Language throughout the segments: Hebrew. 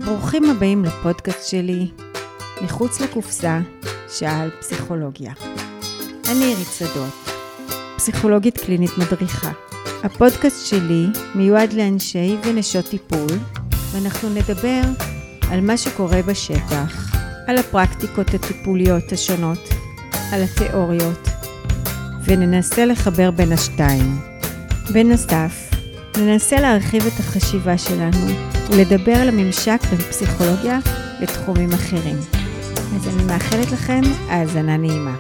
ברוכים הבאים לפודקאסט שלי, מחוץ לקופסה, שעה על פסיכולוגיה. אני עירית שדות, פסיכולוגית קלינית מדריכה. הפודקאסט שלי מיועד לאנשי ונשות טיפול, ואנחנו נדבר על מה שקורה בשטח, על הפרקטיקות הטיפוליות השונות, על התיאוריות, וננסה לחבר בין השתיים. בנוסף, ננסה להרחיב את החשיבה שלנו ולדבר על הממשק בין פסיכולוגיה לתחומים אחרים. אז אני מאחלת לכם האזנה נעימה.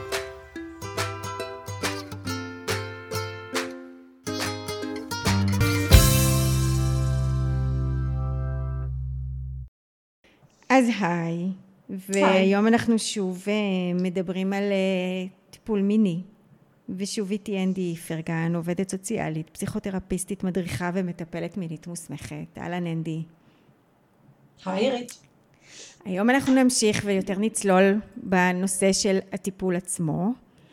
אז היי, והיום אנחנו שוב מדברים על טיפול מיני. ושוב איתי אנדי פרגן, עובדת סוציאלית, פסיכותרפיסטית, מדריכה ומטפלת מינית מוסמכת. אהלן אנדי. היי עירית. היום אנחנו נמשיך ויותר נצלול בנושא של הטיפול עצמו,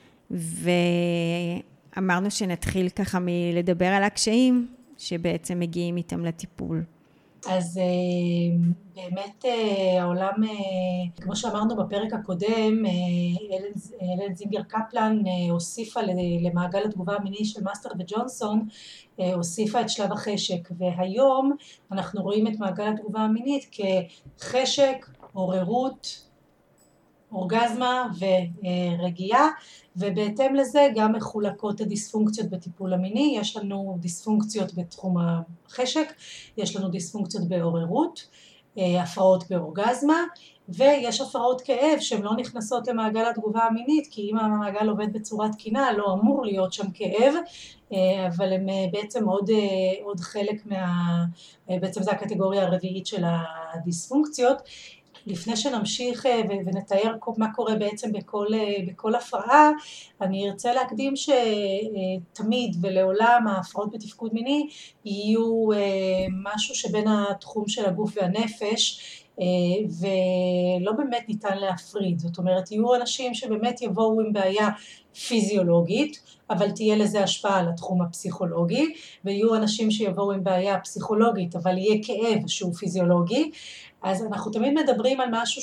ואמרנו שנתחיל ככה מלדבר על הקשיים שבעצם מגיעים איתם לטיפול. אז באמת העולם, כמו שאמרנו בפרק הקודם, אלן זינגר קפלן הוסיפה למעגל התגובה המיני של מאסטר וג'ונסון, הוסיפה את שלב החשק, והיום אנחנו רואים את מעגל התגובה המינית כחשק, עוררות, אורגזמה ורגיעה, ובהתאם לזה גם מחולקות הדיספונקציות בטיפול המיני. יש לנו דיספונקציות בתחום החשק, יש לנו דיספונקציות בעוררות, הפרעות באורגזמה, ויש הפרעות כאב שהן לא נכנסות למעגל התגובה המינית, כי אם המעגל עובד בצורה תקינה לא אמור להיות שם כאב, אבל הם בעצם עוד חלק בעצם זה הקטגוריה הרביעית של הדיספונקציות. לפני שנמשיך ונתאר מה קורה בעצם בכל הפרעה, אני ארצה להקדים שתמיד ולעולם ההפרעות בתפקוד מיני יהיו משהו שבין התחום של הגוף והנפש, ולא באמת ניתן להפריד. זאת אומרת, יהיו אנשים שבאמת יבואו עם בעיה פיזיולוגית, אבל תהיה לזה השפעה על התחום הפסיכולוגי, ויהיו אנשים שיבואו עם בעיה פסיכולוגית, אבל יהיה כאב שהוא פיזיולוגי. אז אנחנו תמיד מדברים על משהו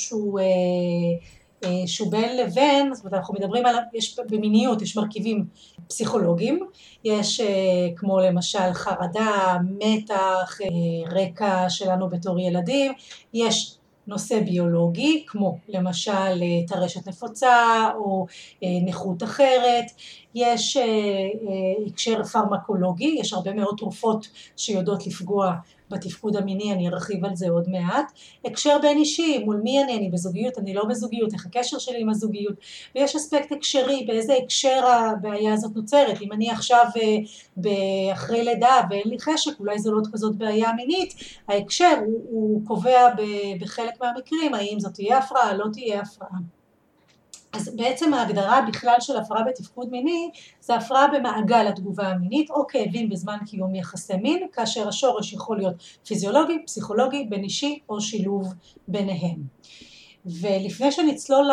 שהוא בין לבין, זאת אומרת אנחנו מדברים על, במיניות יש מרכיבים פסיכולוגיים, יש כמו למשל חרדה, מתח, רקע שלנו בתור ילדים, יש נושא ביולוגי כמו למשל טרשת נפוצה או נכות אחרת, יש הקשר פרמקולוגי, יש הרבה מאוד תרופות שיודעות לפגוע בתפקוד המיני, אני ארחיב על זה עוד מעט. הקשר בין אישי, מול מי אני בזוגיות, אני לא בזוגיות, איך הקשר שלי עם הזוגיות, ויש אספקט הקשרי, באיזה הקשר הבעיה הזאת נוצרת. אם אני עכשיו אחרי לידה ואין לי חשק, אולי זו לא כזאת בעיה מינית, ההקשר הוא קובע בחלק מהמקרים, האם זאת תהיה הפרעה, לא תהיה הפרעה. אז בעצם ההגדרה בכלל של הפרעה בתפקוד מיני זה הפרעה במעגל התגובה המינית או כאבים בזמן קיום יחסי מין, כאשר השורש יכול להיות פיזיולוגי, פסיכולוגי, בין אישי או שילוב ביניהם. ולפני שנצלול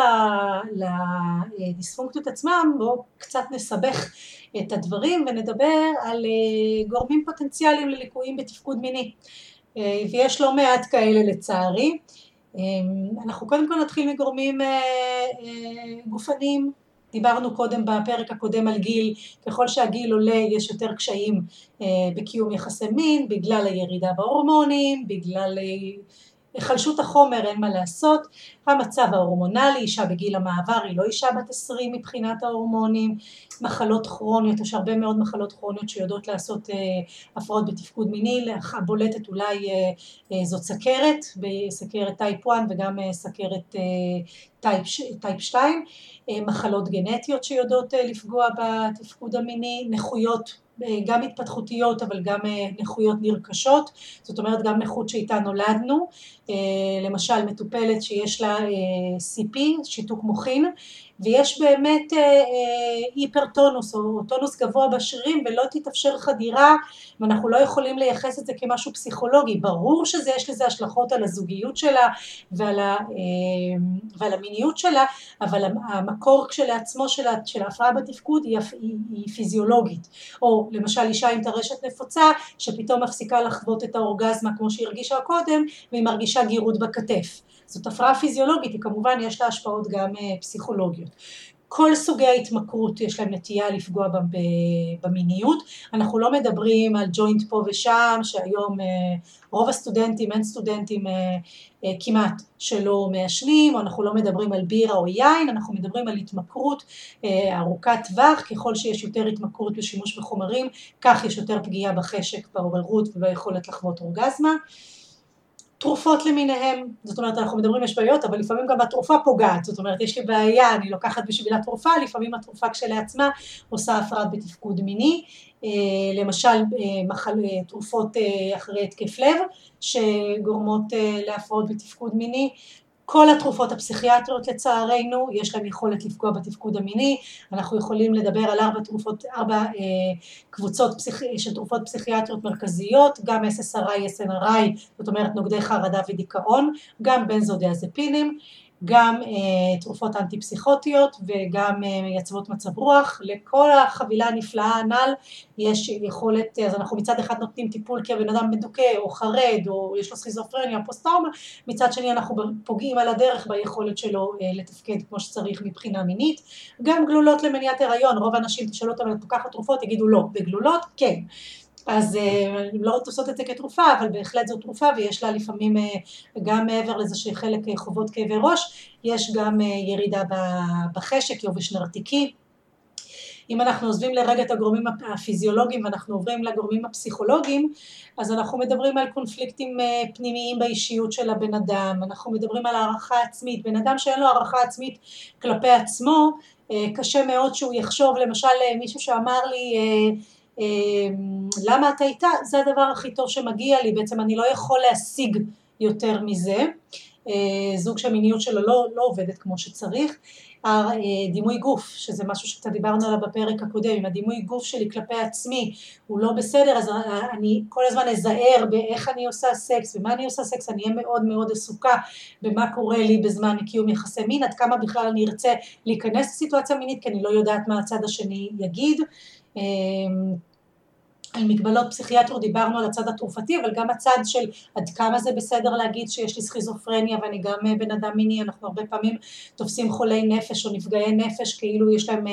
לדיספונקציות עצמם, בואו קצת נסבך את הדברים ונדבר על גורמים פוטנציאליים לליקויים בתפקוד מיני, ויש לא מעט כאלה לצערי. אנחנו קודם כל נתחיל מגורמים גופניים. דיברנו קודם בפרק הקודם על גיל, ככל שהגיל עולה יש יותר קשיים בקיום יחסי מין, בגלל הירידה בהורמונים, בגלל חלשות החומר, אין מה לעשות. המצב ההורמונלי, אישה בגיל המעבר היא לא אישה בת 20 מבחינת ההורמונים, מחלות כרוניות, יש הרבה מאוד מחלות כרוניות שיודעות לעשות הפרעות בתפקוד מיני, הבולטת אולי זאת סכרת, סכרת טייפ 1 וגם סכרת טייפ 2, מחלות גנטיות שיודעות לפגוע בתפקוד המיני, נכויות גם התפתחותיות אבל גם נכויות נרכשות, זאת אומרת גם נכות שאיתה נולדנו, למשל מטופלת שיש לה CP, שיתוק מוחין, ויש באמת היפרטונוס או טונוס גבוה בשרירים ולא תתאפשר חדירה, ואנחנו לא יכולים לייחס את זה כמשהו פסיכולוגי. ברור שיש לזה השלכות על הזוגיות שלה ועל המיניות שלה, אבל המקור כשלעצמו של ההפרעה בתפקוד היא פיזיולוגית. או למשל אישה עם טרשת נפוצה שפתאום מפסיקה לחוות את האורגזמה כמו שהיא הרגישה קודם, והיא מרגישה גירות בכתף. זאת הפרעה פיזיולוגית, היא כמובן יש לה השפעות גם פסיכולוגיות. כל סוגי ההתמכרות יש להם נטייה לפגוע במיניות, אנחנו לא מדברים על ג'וינט פה ושם, שהיום רוב הסטודנטים, אין סטודנטים כמעט שלא מעשנים, או אנחנו לא מדברים על בירה או יין, אנחנו מדברים על התמכרות ארוכת טווח, ככל שיש יותר התמכרות בשימוש בחומרים, כך יש יותר פגיעה בחשק, בעוררות וביכולת לחוות אורגזמה. תרופות למיניהם, זאת אומרת אנחנו מדברים יש בעיות, אבל לפעמים גם התרופה פוגעת, זאת אומרת יש לי בעיה, אני לוקחת בשביל התרופה, לפעמים התרופה כשלעצמה עושה הפרעה בתפקוד מיני, למשל תרופות אחרי התקף לב שגורמות להפרעות בתפקוד מיני, כל התרופות הפסיכיאטריות לצערנו יש להם יכולת לפגוע בתפקוד המיני, אנחנו יכולים לדבר על 4 קבוצות של תרופות פסיכיאטריות מרכזיות, גם SSRI, SNRI, זאת אומרת נוגדי חרדה ודיכאון, גם בנזודיאזפינים, גם תרופות אנטי פסיכוטיות וגם מייצבות מצב רוח, לכל החבילה הנפלאה הנ"ל יש יכולת, אז אנחנו מצד אחד נותנים טיפול כי הבן אדם מדוכא או חרד או יש לו סכיזופרניה או פוסט-טראומה, מצד שני אנחנו פוגעים על הדרך ביכולת שלו לתפקד כמו שצריך מבחינה מינית, גם גלולות למניעת הריון, רוב האנשים תשאלו אותם על תוקחת תרופות, יגידו לא, בגלולות כן, אז לא עושות את זה כתרופה, אבל בהחלט זו תרופה ויש לה לפעמים גם מעבר לזה שחלק חוות כאבי ראש, יש גם ירידה בחשק, יובש נרתיקי. אם אנחנו עוזבים לרגע את הגורמים הפיזיולוגיים ואנחנו עוברים לגורמים הפסיכולוגיים, אז אנחנו מדברים על קונפליקטים פנימיים באישיות של הבן אדם, אנחנו מדברים על הערכה עצמית, בן אדם שאין לו הערכה עצמית כלפי עצמו, קשה מאוד שהוא יחשוב, למשל מישהו שאמר לי, למה אתה איתה? זה הדבר הכי טוב שמגיע לי, בעצם אני לא יכול להשיג יותר מזה, זוג שהמיניות שלו לא עובדת כמו שצריך, דימוי גוף, שזה משהו שקצת דיברנו עליו בפרק הקודם, אם הדימוי גוף שלי כלפי עצמי הוא לא בסדר, אז אני כל הזמן אזהר באיך אני עושה סקס ומה אני עושה סקס, אני אהיה מאוד מאוד עסוקה במה קורה לי בזמן קיום יחסי מין, עד כמה בכלל אני ארצה להיכנס לסיטואציה מינית, כי אני לא יודעת מה הצד השני יגיד. על מגבלות פסיכיאטריות דיברנו על הצד התרופתי, אבל גם הצד של עד כמה זה בסדר להגיד שיש לי סכיזופרניה ואני גם בן אדם מיני, אנחנו הרבה פעמים תופסים חולי נפש או נפגעי נפש כאילו יש להם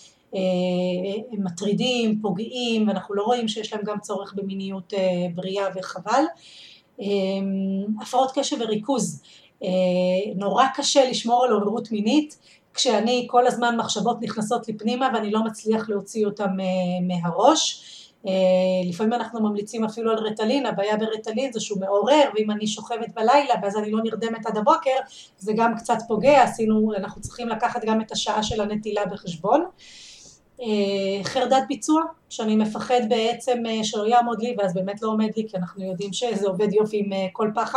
מטרידים, פוגעים, ואנחנו לא רואים שיש להם גם צורך במיניות בריאה וחבל. הפרעות קשב וריכוז, נורא קשה לשמור על עוררות מינית, כשאני כל הזמן מחשבות נכנסות לי פנימה ואני לא מצליח להוציא אותם מהראש, לפעמים אנחנו ממליצים אפילו על רטלין, הבעיה ברטלין זה שהוא מעורר, ואם אני שוכבת בלילה ואז אני לא נרדמת עד הבוקר, זה גם קצת פוגע, אנחנו צריכים לקחת גם את השעה של הנטילה בחשבון. חרדת ביצוע, שאני מפחד בעצם שלא יעמוד לי, ואז באמת לא עומד לי, כי אנחנו יודעים שזה עובד יופי עם כל פחד.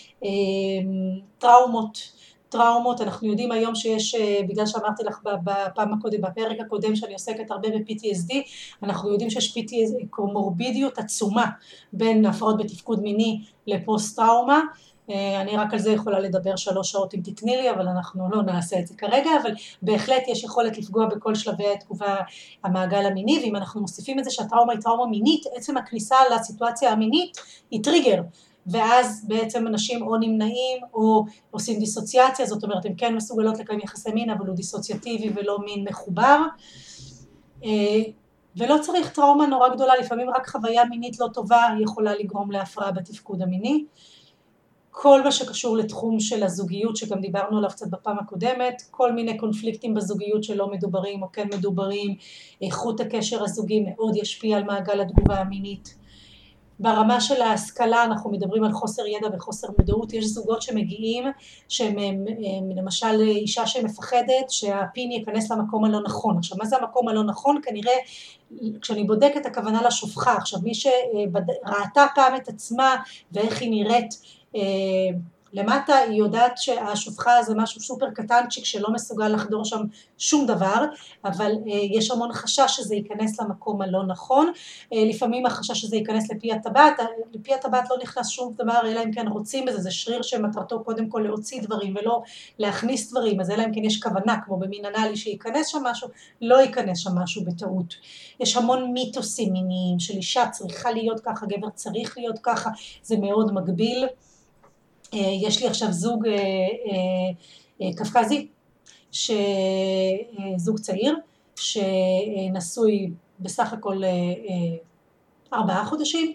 טראומות, אנחנו יודעים היום שיש, בגלל שאמרתי לך בפרק הקודם שאני עוסקת הרבה ב-PTSD, אנחנו יודעים שיש קומורבידיות עצומה בין הפרעות בתפקוד מיני לפוסט טראומה, אני רק על זה יכולה לדבר 3 שעות אם תתני לי, אבל אנחנו לא נעשה את זה כרגע, אבל בהחלט יש יכולת לפגוע בכל שלבי התגובה המעגל המיני, ואם אנחנו מוסיפים את זה שהטראומה היא טראומה מינית, עצם הכניסה לסיטואציה המינית היא טריגר, ואז בעצם אנשים או נמנעים או עושים דיסוציאציה, זאת אומרת הם כן מסוגלות לקיים יחסי מין, אבל הוא דיסוציאטיבי ולא מין מחובר, ולא צריך טראומה נורא גדולה, לפעמים רק חוויה מינית לא טובה יכולה לגרום להפרעה בתפקוד המיני. כל מה שקשור לתחום של הזוגיות, שגם דיברנו עליו קצת בפעם הקודמת, כל מיני קונפליקטים בזוגיות שלא מדוברים או כן מדוברים, איכות הקשר הזוגי מאוד ישפיע על מעגל התגובה המינית. ברמה של ההשכלה אנחנו מדברים על חוסר ידע וחוסר מודעות, יש זוגות שמגיעים, שהם למשל אישה שמפחדת שהפין ייכנס למקום הלא נכון, עכשיו מה זה המקום הלא נכון? כנראה כשאני בודקת הכוונה לשופחה, עכשיו מי שראתה פעם את עצמה ואיך היא נראית למטה היא יודעת שהשופחה זה משהו סופר קטנצ'יק שלא מסוגל לחדור שם שום דבר, אבל יש המון חשש שזה ייכנס למקום הלא נכון, לפעמים החשש שזה ייכנס לפי הטבעת, לפי הטבעת לא נכנס שום דבר, אלא אם כן רוצים בזה, זה שריר שמטרתו קודם כל להוציא דברים ולא להכניס דברים, אז אלא אם כן יש כוונה, כמו במין אנאלי שייכנס שם משהו, לא ייכנס שם משהו בטעות. יש המון מיתוסים מיניים של אישה צריכה להיות ככה, גבר צריך להיות ככה, זה מאוד מגביל. יש לי עכשיו זוג קפקזי, זוג צעיר, שנשוי בסך הכל 4 חודשים,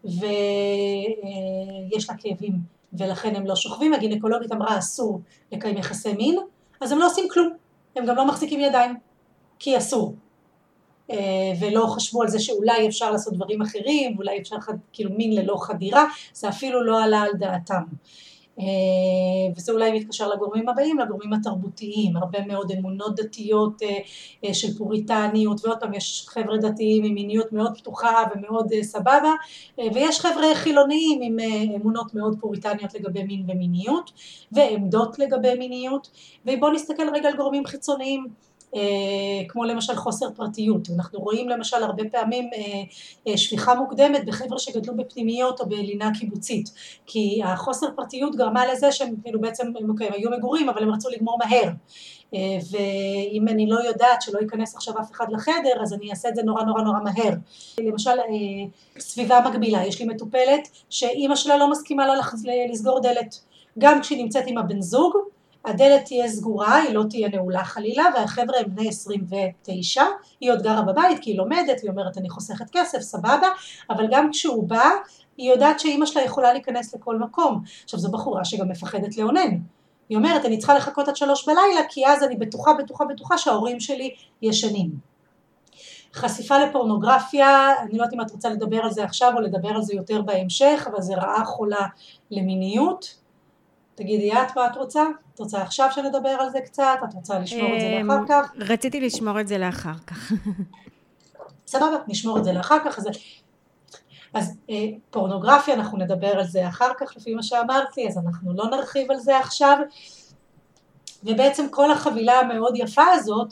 ויש לה כאבים, ולכן הם לא שוכבים. הגינקולוגית אמרה אסור לקיים יחסי מין, אז הם לא עושים כלום, הם גם לא מחזיקים ידיים, כי אסור. ולא חשבו על זה שאולי אפשר לעשות דברים אחרים, ואולי אפשר כאילו מין ללא חדירה, זה אפילו לא עלה על דעתם. וזה אולי מתקשר לגורמים הבאים, לגורמים התרבותיים, הרבה מאוד אמונות דתיות של פוריטניות, ועוד פעם יש חבר'ה דתיים עם מיניות מאוד פתוחה ומאוד סבבה, ויש חבר'ה חילוניים עם אמונות מאוד פוריטניות לגבי מין ומיניות, ועמדות לגבי מיניות, ובואו נסתכל רגע על גורמים חיצוניים, כמו למשל חוסר פרטיות. אנחנו רואים למשל הרבה פעמים שפיכה מוקדמת בחבר'ה שגדלו בפנימיות או בלינה קיבוצית, כי החוסר פרטיות גרמה לזה שהם כאילו בעצם היו מגורים אבל הם רצו לגמור מהר, ואם אני לא יודעת שלא ייכנס עכשיו אף אחד לחדר אז אני אעשה את זה נורא נורא נורא מהר. למשל סביבה מגבילה, יש לי מטופלת שאימא שלה לא מסכימה לה לסגור דלת, גם כשהיא נמצאת עם הבן זוג הדלת תהיה סגורה, היא לא תהיה נעולה חלילה, והחבר'ה הם בני 29, היא עוד גרה בבית כי היא לומדת, היא אומרת אני חוסכת כסף, סבבה, אבל גם כשהוא בא, היא יודעת שאמא שלה יכולה להיכנס לכל מקום. עכשיו זו בחורה שגם מפחדת לאונן, היא אומרת אני צריכה לחכות עד 3 בלילה, כי אז אני בטוחה שההורים שלי ישנים. חשיפה לפורנוגרפיה, אני לא יודעת אם את רוצה לדבר על זה עכשיו או לדבר על זה יותר בהמשך, אבל זה רעה חולה למיניות. תגידי את מה את רוצה? את רוצה עכשיו שנדבר על זה קצת? את רוצה לשמור את זה לאחר כך? רציתי לשמור את זה לאחר כך. סבבה, נשמור את זה לאחר כך. אז פורנוגרפיה, אנחנו נדבר על זה אחר כך לפי מה שאמרתי, אז אנחנו לא נרחיב על זה עכשיו. ובעצם כל החבילה המאוד יפה הזאת,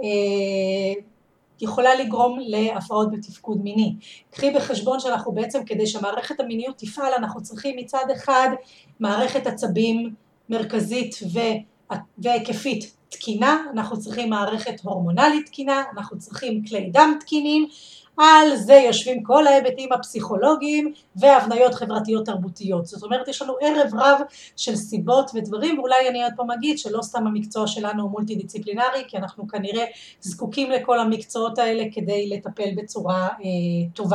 יכולה לגרום להפרעות בתפקוד מיני. קחי בחשבון שאנחנו בעצם כדי שהמערכת המיניות תפעל, אנחנו צריכים מצד אחד מערכת עצבים מרכזית והיקפית תקינה, אנחנו צריכים מערכת הורמונלית תקינה, אנחנו צריכים כלי דם תקינים, על זה יושבים כל ההיבטים הפסיכולוגיים והבניות חברתיות תרבותיות. זאת אומרת יש לנו ערב רב של סיבות ודברים, ואולי אני עוד פעם אגיד שלא סתם המקצוע שלנו הוא מולטי דיסציפלינרי, כי אנחנו כנראה זקוקים לכל המקצועות האלה כדי לטפל בצורה טובה.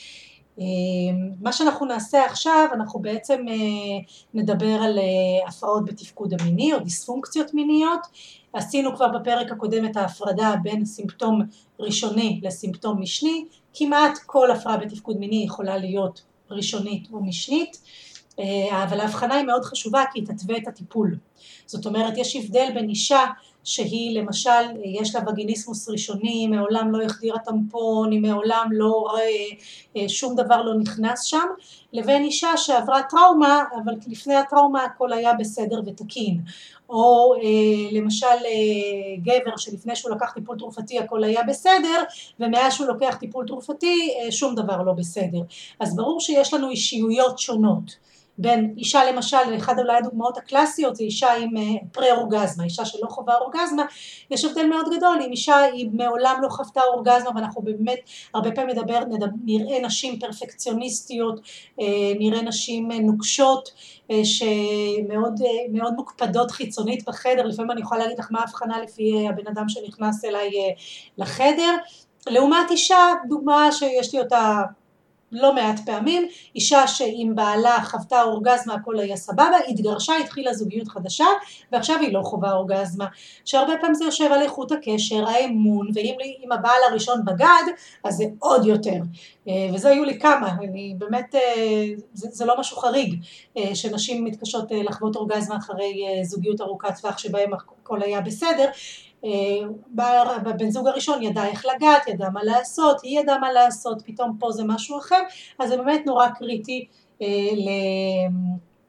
מה שאנחנו נעשה עכשיו, אנחנו בעצם נדבר על הפרעות בתפקוד המיני או דיספונקציות מיניות. עשינו כבר בפרק הקודם את ההפרדה בין סימפטום ראשוני לסימפטום משני, כמעט כל הפרעה בתפקוד מיני יכולה להיות ראשונית או משנית, אבל ההבחנה היא מאוד חשובה כי היא תתווה את הטיפול. זאת אומרת יש הבדל בין אישה שהיא למשל יש לה וגיניסמוס ראשוני, מעולם לא החדירה טמפון, היא מעולם לא, שום דבר לא נכנס שם, לבין אישה שעברה טראומה, אבל לפני הטראומה הכל היה בסדר ותקין, או למשל גבר שלפני שהוא לקח טיפול תרופתי הכל היה בסדר, ומאז שהוא לוקח טיפול תרופתי שום דבר לא בסדר. אז ברור שיש לנו אישיויות שונות. בין אישה למשל, אחד אולי הדוגמאות הקלאסיות זה אישה עם פרה-אורגזמה, אישה שלא חווה אורגזמה, יש הבדל מאוד גדול, אם אישה היא מעולם לא חוותה אורגזמה, ואנחנו באמת הרבה פעמים נראה נשים פרפקציוניסטיות, נראה נשים נוקשות, שמאוד מאוד מוקפדות חיצונית בחדר, לפעמים אני יכולה להגיד לך מה ההבחנה לפי הבן אדם שנכנס אליי לחדר, לעומת אישה, דוגמה שיש לי אותה, לא מעט פעמים, אישה שעם בעלה חוותה אורגזמה הכל היה סבבה, התגרשה, התחילה זוגיות חדשה ועכשיו היא לא חווה אורגזמה, שהרבה פעמים זה יושב על איכות הקשר, האמון, ואם הבעל הראשון בגד אז זה עוד יותר, וזה היו לי כמה, אני באמת, זה לא משהו חריג שנשים מתקשות לחוות אורגזמה אחרי זוגיות ארוכת טווח שבהם הכל היה בסדר, בבן זוג הראשון ידע איך לגעת, ידע מה לעשות, היא ידעה מה לעשות, פתאום פה זה משהו אחר, אז זה באמת נורא קריטי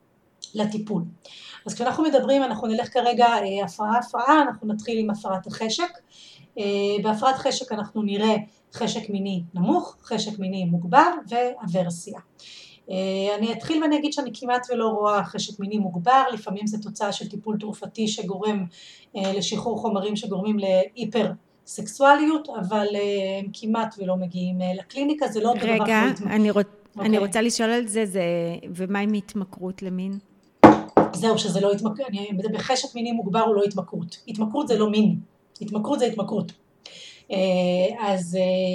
לטיפול. אז כשאנחנו מדברים, אנחנו נלך כרגע הפרעה, אנחנו נתחיל עם הפרעת החשק. בהפרעת חשק אנחנו נראה חשק מיני נמוך, חשק מיני מוגבר ואברסיה. אני אתחיל ואני אגיד שאני כמעט ולא רואה חשק מיני מוגבר, לפעמים זה תוצאה של טיפול תרופתי שגורם לשחרור חומרים שגורמים להיפר סקסואליות, אבל הם כמעט ולא מגיעים לקליניקה, זה לא אותו דבר. רגע, אני רוצה לשאול על זה, ומה עם התמכרות למין? זהו, שזה לא התמכרות, בחשק מיני מוגבר הוא לא התמכרות, התמכרות זה לא מין, התמכרות זה התמכרות. אז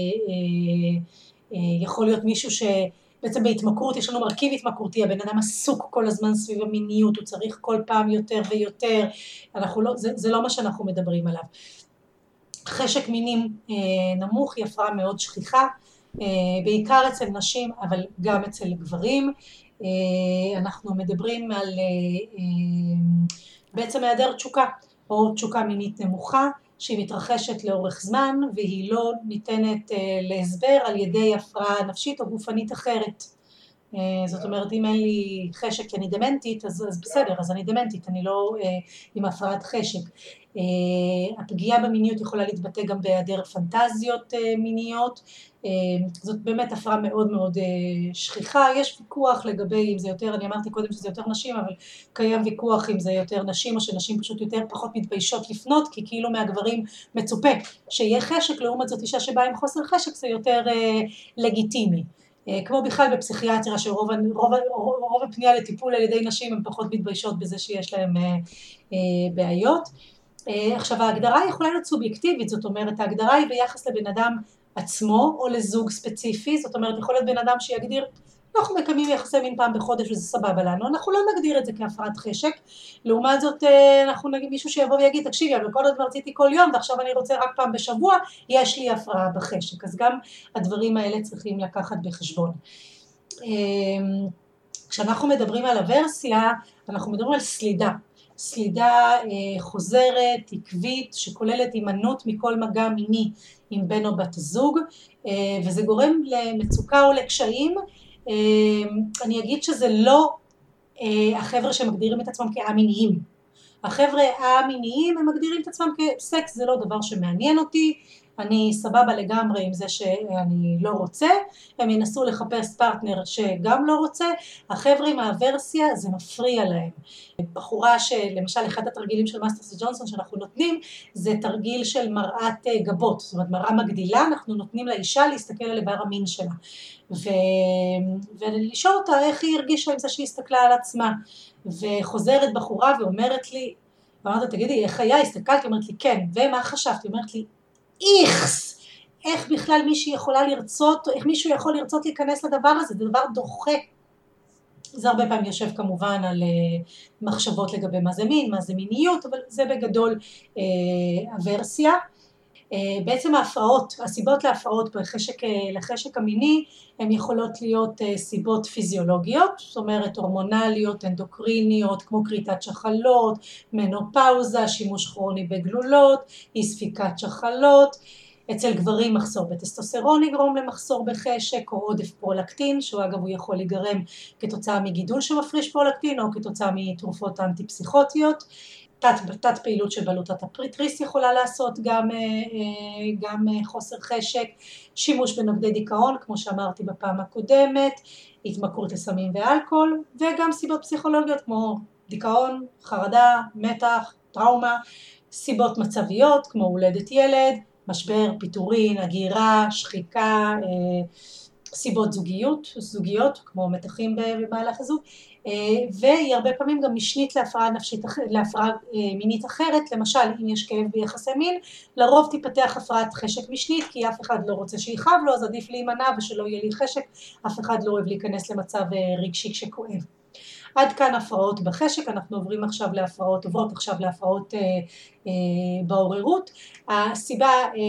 יכול להיות מישהו שבעצם בהתמכרות, יש לנו מרכיב התמכרותי, הבן אדם עסוק כל הזמן סביב המיניות, הוא צריך כל פעם יותר ויותר, זה לא מה שאנחנו מדברים עליו. חשק מיני נמוך היא הפרעה מאוד שכיחה, בעיקר אצל נשים, אבל גם אצל גברים. אנחנו מדברים על בעצם היעדר תשוקה, או תשוקה מינית נמוכה, שהיא מתרחשת לאורך זמן, והיא לא ניתנת להסבר על ידי הפרעה נפשית או גופנית אחרת. זאת אומרת, אם אין לי חשק כי אני דמנטית, אז בסדר, אז אני דמנטית, אני לא עם הפרעת חשק. הפגיעה במיניות יכולה להתבטא גם בהיעדר פנטזיות מיניות, זאת באמת הפרעה מאוד מאוד שכיחה, יש ויכוח לגבי אם זה יותר, אני אמרתי קודם שזה יותר נשים, אבל קיים ויכוח אם זה יותר נשים, או שנשים פשוט יותר פחות מתביישות לפנות, כי כאילו מהגברים מצופה שיהיה חשק, לעומת זאת אישה שבאה עם חוסר חשק זה יותר לגיטימי. כמו בכלל בפסיכיאטריה שרוב הפנייה לטיפול על ידי נשים הן פחות מתביישות בזה שיש להם בעיות. עכשיו ההגדרה יכולה להיות סובייקטיבית, זאת אומרת ההגדרה היא ביחס לבן אדם עצמו או לזוג ספציפי, זאת אומרת יכול להיות בן אדם שיגדיר אנחנו מקיימים יחסי מין פעם בחודש וזה סבבה לנו, אנחנו לא נגדיר את זה כהפרעת חשק, לעומת זאת אנחנו נגיד מישהו שיבוא ויגיד תקשיבי אבל כל עוד רציתי כל יום ועכשיו אני רוצה רק פעם בשבוע, יש לי הפרעה בחשק, אז גם הדברים האלה צריכים לקחת בחשבון. כשאנחנו מדברים על אברסיה, אנחנו מדברים על סלידה חוזרת, עקבית, שכוללת הימנעות מכל מגע מיני עם בן או בת הזוג, וזה גורם למצוקה או לקשיים. אני אגיד שזה לא החבר'ה שמגדירים את עצמם כא-מיניים. החבר'ה א-מיניים הם מגדירים את עצמם כסקס, זה לא דבר שמעניין אותי, אני סבבה לגמרי עם זה שאני לא רוצה, הם ינסו לחפש פרטנר שגם לא רוצה, החבר'ה עם האברסיה זה מפריע להם. בחורה שלמשל אחד התרגילים של מאסטרס וג'ונסון שאנחנו נותנים, זה תרגיל של מראת גבות, זאת אומרת מראה מגדילה, אנחנו נותנים לאישה להסתכל על איבר המין שלה, ולשאול אותה איך היא הרגישה עם זה שהיא הסתכלה על עצמה, וחוזרת בחורה ואומרת לי, ואמרת תגידי איך היה, הסתכלתי, אומרת לי כן, ומה חשבתי, אומרת לי איכס, איך בכלל מישהו יכולה לרצות, איך מישהו יכול לרצות להיכנס לדבר הזה, זה דבר דוחה. זה הרבה פעמים יושב כמובן על מחשבות לגבי מה זה מין, מה זה מיניות, אבל זה בגדול אברסיה. בעצם ההפרעות, הסיבות להפרעות לחשק המיני, הן יכולות להיות סיבות פיזיולוגיות, זאת אומרת הורמונליות, אנדוקריניות, כמו כריתת שחלות, מנופאוזה, שימוש כרוני בגלולות, אי ספיקת שחלות, אצל גברים מחסור בטסטוסטרון יגרום למחסור בחשק, או עודף פרולקטין, שהוא אגב הוא יכול להיגרם כתוצאה מגידול שמפריש פרולקטין, או כתוצאה מתרופות אנטי-פסיכוטיות, תת פעילות של בלוטת הפריטריס יכולה לעשות גם חוסר חשק, שימוש בנוגדי דיכאון, כמו שאמרתי בפעם הקודמת, התמכרות לסמים ואלכוהול, וגם סיבות פסיכולוגיות כמו דיכאון, חרדה, מתח, טראומה, סיבות מצביות כמו הולדת ילד, משבר, פיטורין, הגירה, שחיקה, סיבות זוגיות כמו מתחים במהלך הזוג, והיא הרבה פעמים גם משנית להפרעה מינית אחרת, למשל אם יש כאב ביחסי מין, לרוב תיפתח הפרעת חשק משנית, כי אף אחד לא רוצה שיכאב לו, אז עדיף להימנע ושלא יהיה לי חשק, אף אחד לא אוהב להיכנס למצב רגשי שכואב. עד כאן הפרעות בחשק, אנחנו עוברות עכשיו להפרעות בעוררות. הסיבה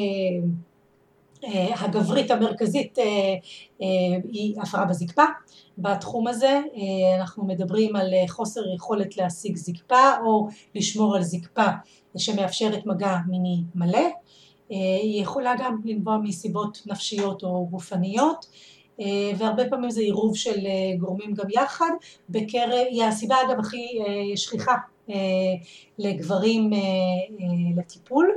הגברית המרכזית היא הפרעה בזקפה. בתחום הזה אנחנו מדברים על חוסר יכולת להשיג זקפה או לשמור על זקפה שמאפשרת מגע מיני מלא. היא יכולה גם לנבוע מסיבות נפשיות או גופניות. והרבה פעמים זה עירוב של גורמים גם יחד, היא הסיבה אגב הכי שכיחה לגברים לטיפול,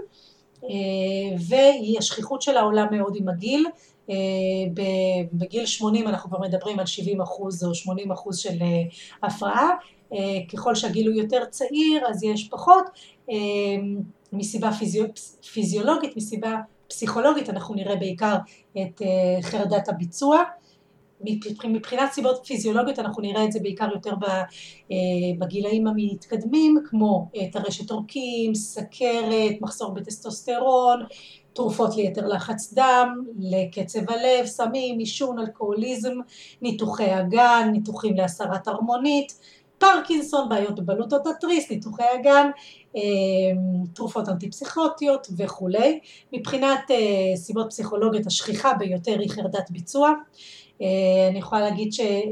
והיא השכיחות של העולם מאוד עם הגיל, בגיל 80 אנחנו כבר מדברים על 70% או 80% של הפרעה, ככל שהגיל הוא יותר צעיר אז יש פחות, מסיבה פיזיולוגית, מסיבה פסיכולוגית אנחנו נראה בעיקר את חרדת הביצוע, מבחינת סיבות פיזיולוגיות אנחנו נראה את זה בעיקר יותר בגילאים המתקדמים, כמו טרשת עורקים, סכרת, מחסור בטסטוסטרון, תרופות ליתר לחץ דם, לקצב הלב, סמים, עישון, אלכוהוליזם, ניתוחי אגן, ניתוחים להסרת הרמונית, פרקינסון, בעיות בבלוטות התריס, ניתוחי אגן, תרופות אנטי-פסיכוטיות וכו'. מבחינת סיבות פסיכולוגיות השכיחה ביותר היא חרדת ביצוע, אני יכולה להגיד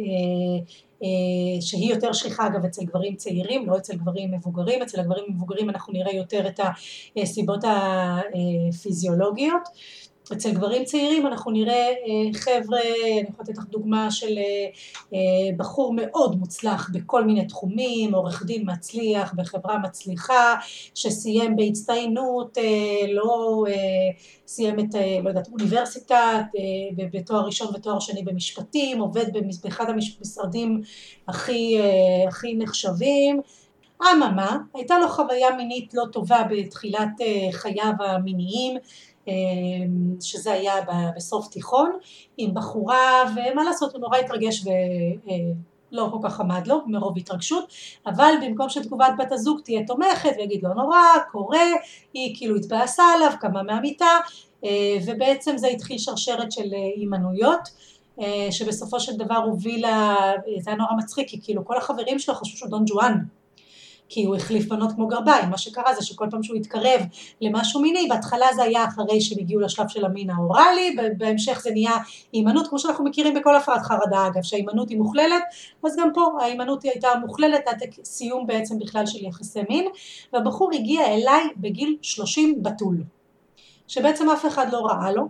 שהיא יותר שכיחה אגב אצל גברים צעירים, לא אצל גברים מבוגרים, אצל הגברים מבוגרים אנחנו נראה יותר את הסיבות הפיזיולוגיות, אצל גברים צעירים אנחנו נראה חבר'ה, אני יכולה לתת לך דוגמה של בחור מאוד מוצלח בכל מיני תחומים, עורך דין מצליח בחברה מצליחה, שסיים בהצטיינות, לא סיים את, לא יודעת, אוניברסיטה, בתואר ראשון ותואר שני במשפטים, עובד באחד המשרדים הכי נחשבים, אממה, הייתה לו חוויה מינית לא טובה בתחילת חייו המיניים, שזה היה בסוף תיכון עם בחורה, ומה לעשות, הוא נורא התרגש ולא כל כך עמד לו מרוב התרגשות, אבל במקום שתגובת בת הזוג תהיה תומכת ויגיד לא נורא, קורה, היא כאילו התבאסה עליו, קמה מהמיטה, ובעצם זה התחיל שרשרת של הימנעויות, שבסופו של דבר הובילה, זה היה נורא מצחיק, כי כאילו כל החברים שלו חשבו שהוא דון ג'ואן, כי הוא החליף בנות כמו גרביים, מה שקרה זה שכל פעם שהוא התקרב למשהו מיני, בהתחלה זה היה אחרי שהם הגיעו לשלב של המין האורלי, בהמשך זה נהיה הימנעות, כמו שאנחנו מכירים בכל הפרעת חרדה אגב, שההימנעות היא מוכללת, אז גם פה ההימנעות היא הייתה מוכללת עד סיום בעצם בכלל של יחסי מין, והבחור הגיע אליי בגיל 30 בתול, שבעצם אף אחד לא ראה לו,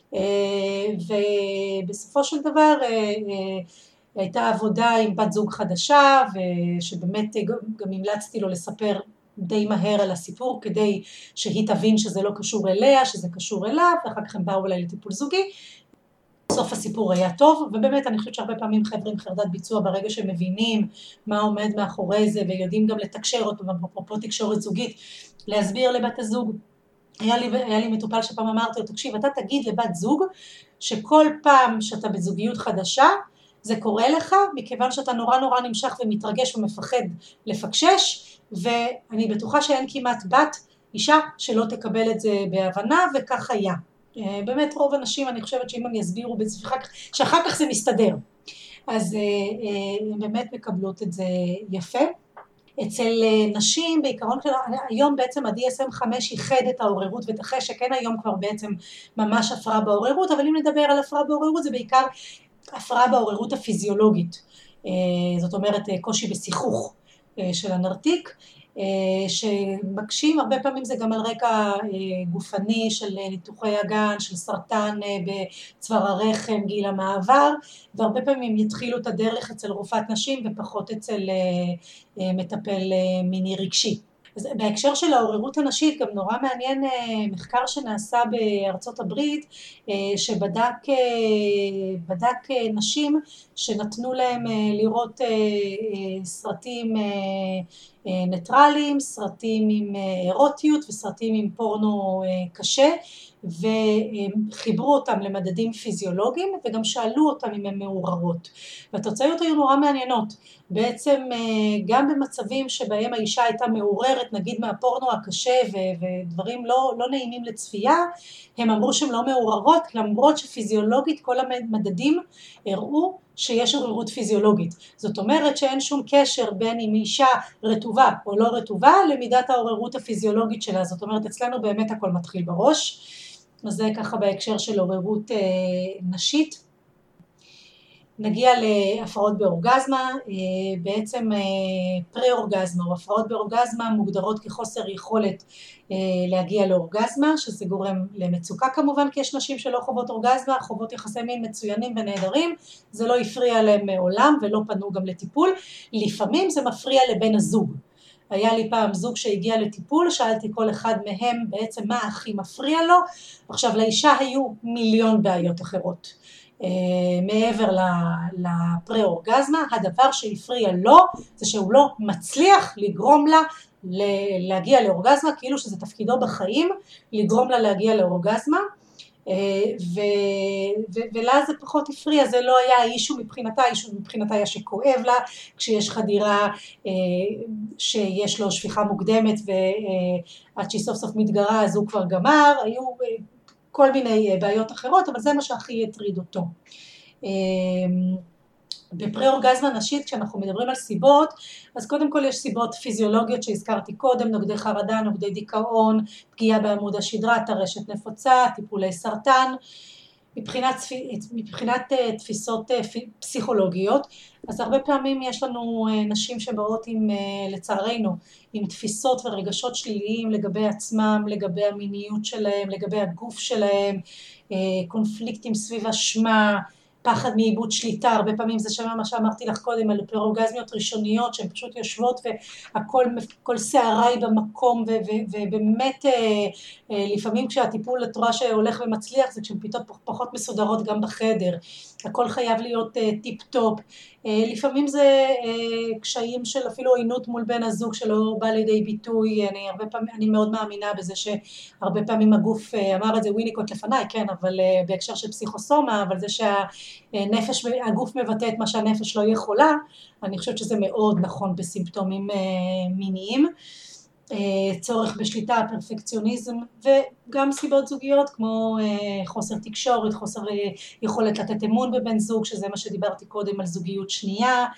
ובסופו של דבר הייתה עבודה עם בת זוג חדשה, ושבאמת גם המלצתי לו לספר די מהר על הסיפור, כדי שהיא תבין שזה לא קשור אליה, שזה קשור אליו, ואחר כך הם באו אליי לטיפול זוגי. סוף הסיפור היה טוב, ובאמת אני חושבת שהרבה פעמים חבר'ה עם חרדת ביצוע, ברגע שהם מבינים מה עומד מאחורי זה, ויודעים גם לתקשר אותו, אפרופו תקשורת זוגית, להסביר לבת הזוג, היה לי מטופל שפעם אמרתי לו, תקשיב, אתה תגיד לבת זוג, שכל פעם שאתה בזוגיות חדשה, זה קורה לך, מכיוון שאתה נורא נורא נמשך ומתרגש ומפחד לפקשש, ואני בטוחה שאין כמעט בת, אישה, שלא תקבל את זה בהבנה, וכך היה. באמת רוב אנשים, אני חושבת שאם הם יסבירו, שאחר כך זה מסתדר. אז הם באמת מקבלות את זה יפה. אצל נשים, בעיקרון, היום בעצם ה-DSM-5 ייחד את העוררות ואת החשק, אין היום כבר בעצם ממש הפרעה בעוררות, אבל אם נדבר על הפרעה בעוררות, זה בעיקר הפרעה בעוררות הפיזיולוגית, זאת אומרת קושי בשיחוך של הנרתיק, שמקשים, הרבה פעמים זה גם על רקע גופני של ניתוחי אגן, של סרטן בצוואר הרחם, גיל המעבר, והרבה פעמים יתחילו את הדרך אצל רופאת נשים ופחות אצל מטפל מיני רגשי. אז בהקשר של העוררות הנשית גם נורא מעניין מחקר שנעשה בארצות הברית שבדק נשים שנתנו להם לראות סרטים ניטרליים, סרטים עם אירוטיות וסרטים עם פורנו קשה, וחיברו אותם למדדים פיזיולוגיים וגם שאלו אותם אם הן מעוררות, והתוצאות היו נורא מעניינות. בעצם גם במצבים שבהם האישה הייתה מעוררת, נגיד מהפורנו הקשה ודברים לא נעימים לצפייה, הם אמרו שהן לא מעוררות, למרות שפיזיולוגית כל המדדים הראו שיש עוררות פיזיולוגית. זאת אומרת שאין שום קשר בין אם אישה רטובה או לא רטובה למידת העוררות הפיזיולוגית שלה. זאת אומרת אצלנו באמת הכל מתחיל בראש. אז זה ככה בהקשר של עוררות נשית. נגיע להפרעות באורגזמה, בעצם פרה-אורגזמה או הפרעות באורגזמה מוגדרות כחוסר יכולת להגיע לאורגזמה, שזה גורם למצוקה כמובן, כי יש נשים שלא חוות אורגזמה, חוות יחסי מין מצוינים ונהדרים, זה לא הפריע להם מעולם ולא פנו גם לטיפול, לפעמים זה מפריע לבן הזוג. היה לי פעם זוג שהגיע לטיפול, שאלתי כל אחד מהם בעצם מה הכי מפריע לו, עכשיו לאישה היו מיליון בעיות אחרות. מעבר לפרה-אורגזמה, הדבר שהפריע לו זה שהוא לא מצליח לגרום לה להגיע לאורגזמה, כאילו שזה תפקידו בחיים לגרום לה להגיע לאורגזמה, ולה זה פחות הפריע, זה לא היה אישו מבחינתה, אישו מבחינתה היה שכואב לה, כשיש חדירה שיש לו שפיכה מוקדמת ועד שהיא סוף סוף מתגרה אז הוא כבר גמר, היו כל מיני בעיות אחרות, אבל זה מה שהכי הטריד אותו. בפרה-אורגזמה נשית, כשאנחנו מדברים על סיבות, אז קודם כל יש סיבות פיזיולוגיות שהזכרתי קודם, נוגדי חרדה, נוגדי דיכאון, פגיעה בעמוד השדרה, טרשת נפוצה, טיפולי סרטן, מבחינת תפיסות פסיכולוגיות, אז הרבה פעמים יש לנו נשים שבאות עם, לצערנו, עם תפיסות ורגשות שליליים לגבי עצמם, לגבי המיניות שלהם, לגבי הגוף שלהם, קונפליקטים סביב אשמה, פחד מאיבוד שליטה, הרבה פעמים זה שמה מה שאמרתי לך קודם על פרה-אורגזמיות ראשוניות שהן פשוט יושבות והכל שערה היא במקום ובאמת לפעמים כשהטיפול את רואה שהולך ומצליח זה כשהן פתאום פחות מסודרות גם בחדר, הכל חייב להיות טיפ טופ, לפעמים זה קשיים של אפילו עוינות מול בן הזוג שלא בא לידי ביטוי, אני מאוד מאמינה בזה שהרבה פעמים הגוף אמר את זה וויניקוט לפניי, כן, אבל בהקשר של פסיכוסומה, אבל זה שהגוף מבטא את מה שהנפש לא יכולה, אני חושבת שזה מאוד נכון בסימפטומים מיניים, צורך בשליטה, פרפקציוניזם וגם סיבות זוגיות כמו חוסר תקשורת, חוסר יכולת לתת אמון בבן זוג, שזה מה שדיברתי קודם על זוגיות שנייה,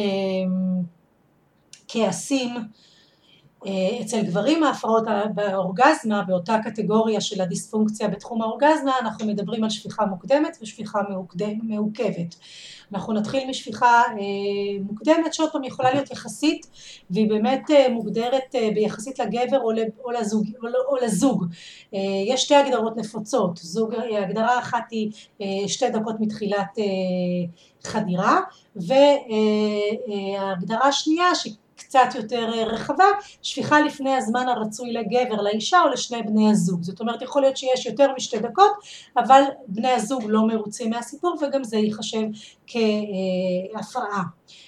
כעסים, אצל גברים ההפרעות באורגזמה, באותה קטגוריה של הדיספונקציה בתחום האורגזמה, אנחנו מדברים על שפיכה מוקדמת ושפיכה מעוכבת. אנחנו נתחיל משפיכה מוקדמת שעוד פעם יכולה להיות יחסית, והיא באמת מוגדרת ביחסית לגבר או לזוג. יש שתי הגדרות נפוצות, הגדרה אחת היא 2 דקות מתחילת חדירה, וההגדרה השנייה שהיא קצת יותר רחבה, שפיכה לפני הזמן הרצוי לגבר, לאישה או לשני בני הזוג. זאת אומרת, יכול להיות שיש יותר מ2 דקות, אבל בני הזוג לא מרוצים מהסיפור, וגם זה ייחשב כהפרעה.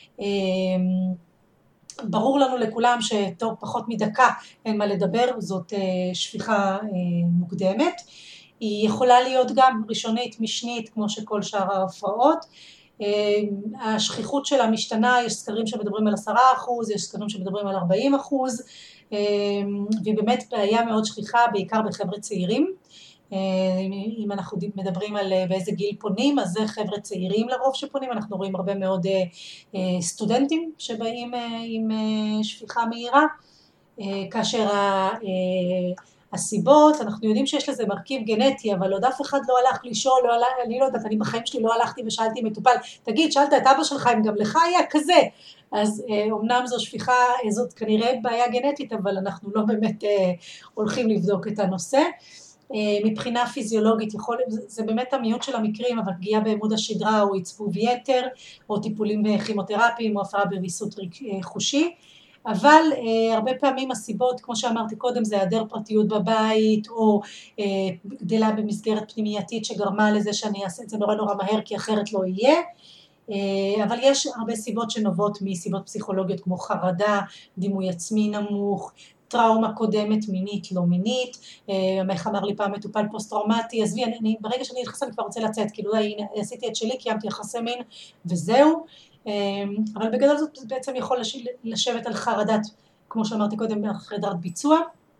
ברור לנו לכולם שתוך פחות מדקה אין מה לדבר, זאת שפיכה מוקדמת. היא יכולה להיות גם ראשונית, משנית, כמו שכל שאר ההפרעות. השכיחות שלה משתנה, יש סקרים שמדברים על 10%, יש סקרים שמדברים על 40%, והיא באמת בעיה מאוד שכיחה, בעיקר בחבר'ה צעירים. אם אנחנו מדברים על באיזה גיל פונים, אז זה חבר'ה צעירים לרוב שפונים, אנחנו רואים הרבה מאוד סטודנטים שבאים עם שפיכה מהירה, כאשר הסיבות, אנחנו יודעים שיש לזה מרכיב גנטי, אבל עוד אף אחד לא הלך לשאול, אני לא יודעת, אני בחיים שלי לא הלכתי ושאלתי מטופל, תגיד, שאלת את אבא שלך אם גם לך היה כזה, אז אמנם זו שפיכה, זאת כנראה בעיה גנטית, אבל אנחנו לא באמת הולכים לבדוק את הנושא. מבחינה פיזיולוגית, זה באמת המיעוט של המקרים, אבל פגיעה בעמוד השדרה או עצבוב יתר, או טיפולים כימותרפיים, או הפרעה בוויסות חושי, אבל הרבה פעמים הסיבות, כמו שאמרתי קודם, זה היעדר פרטיות בבית, או גדלה במסגרת פנימייתית שגרמה לזה שאני אעשה את זה נורא נורא מהר, כי אחרת לא יהיה, אבל יש הרבה סיבות שנובעות מסיבות פסיכולוגיות, כמו חרדה, דימוי עצמי נמוך, טראומה קודמת מינית, לא מינית, איך אמר לי פעם מטופל פוסט-טראומטי, עזבי, ברגע שאני נכנסה אני כבר רוצה לצאת, כאילו הנה, עשיתי את שלי, קיימתי יחסי מין, וזהו, אבל בגדול זאת בעצם יכול לשבת על חרדת, כמו שאמרתי קודם, חרדת ביצוע,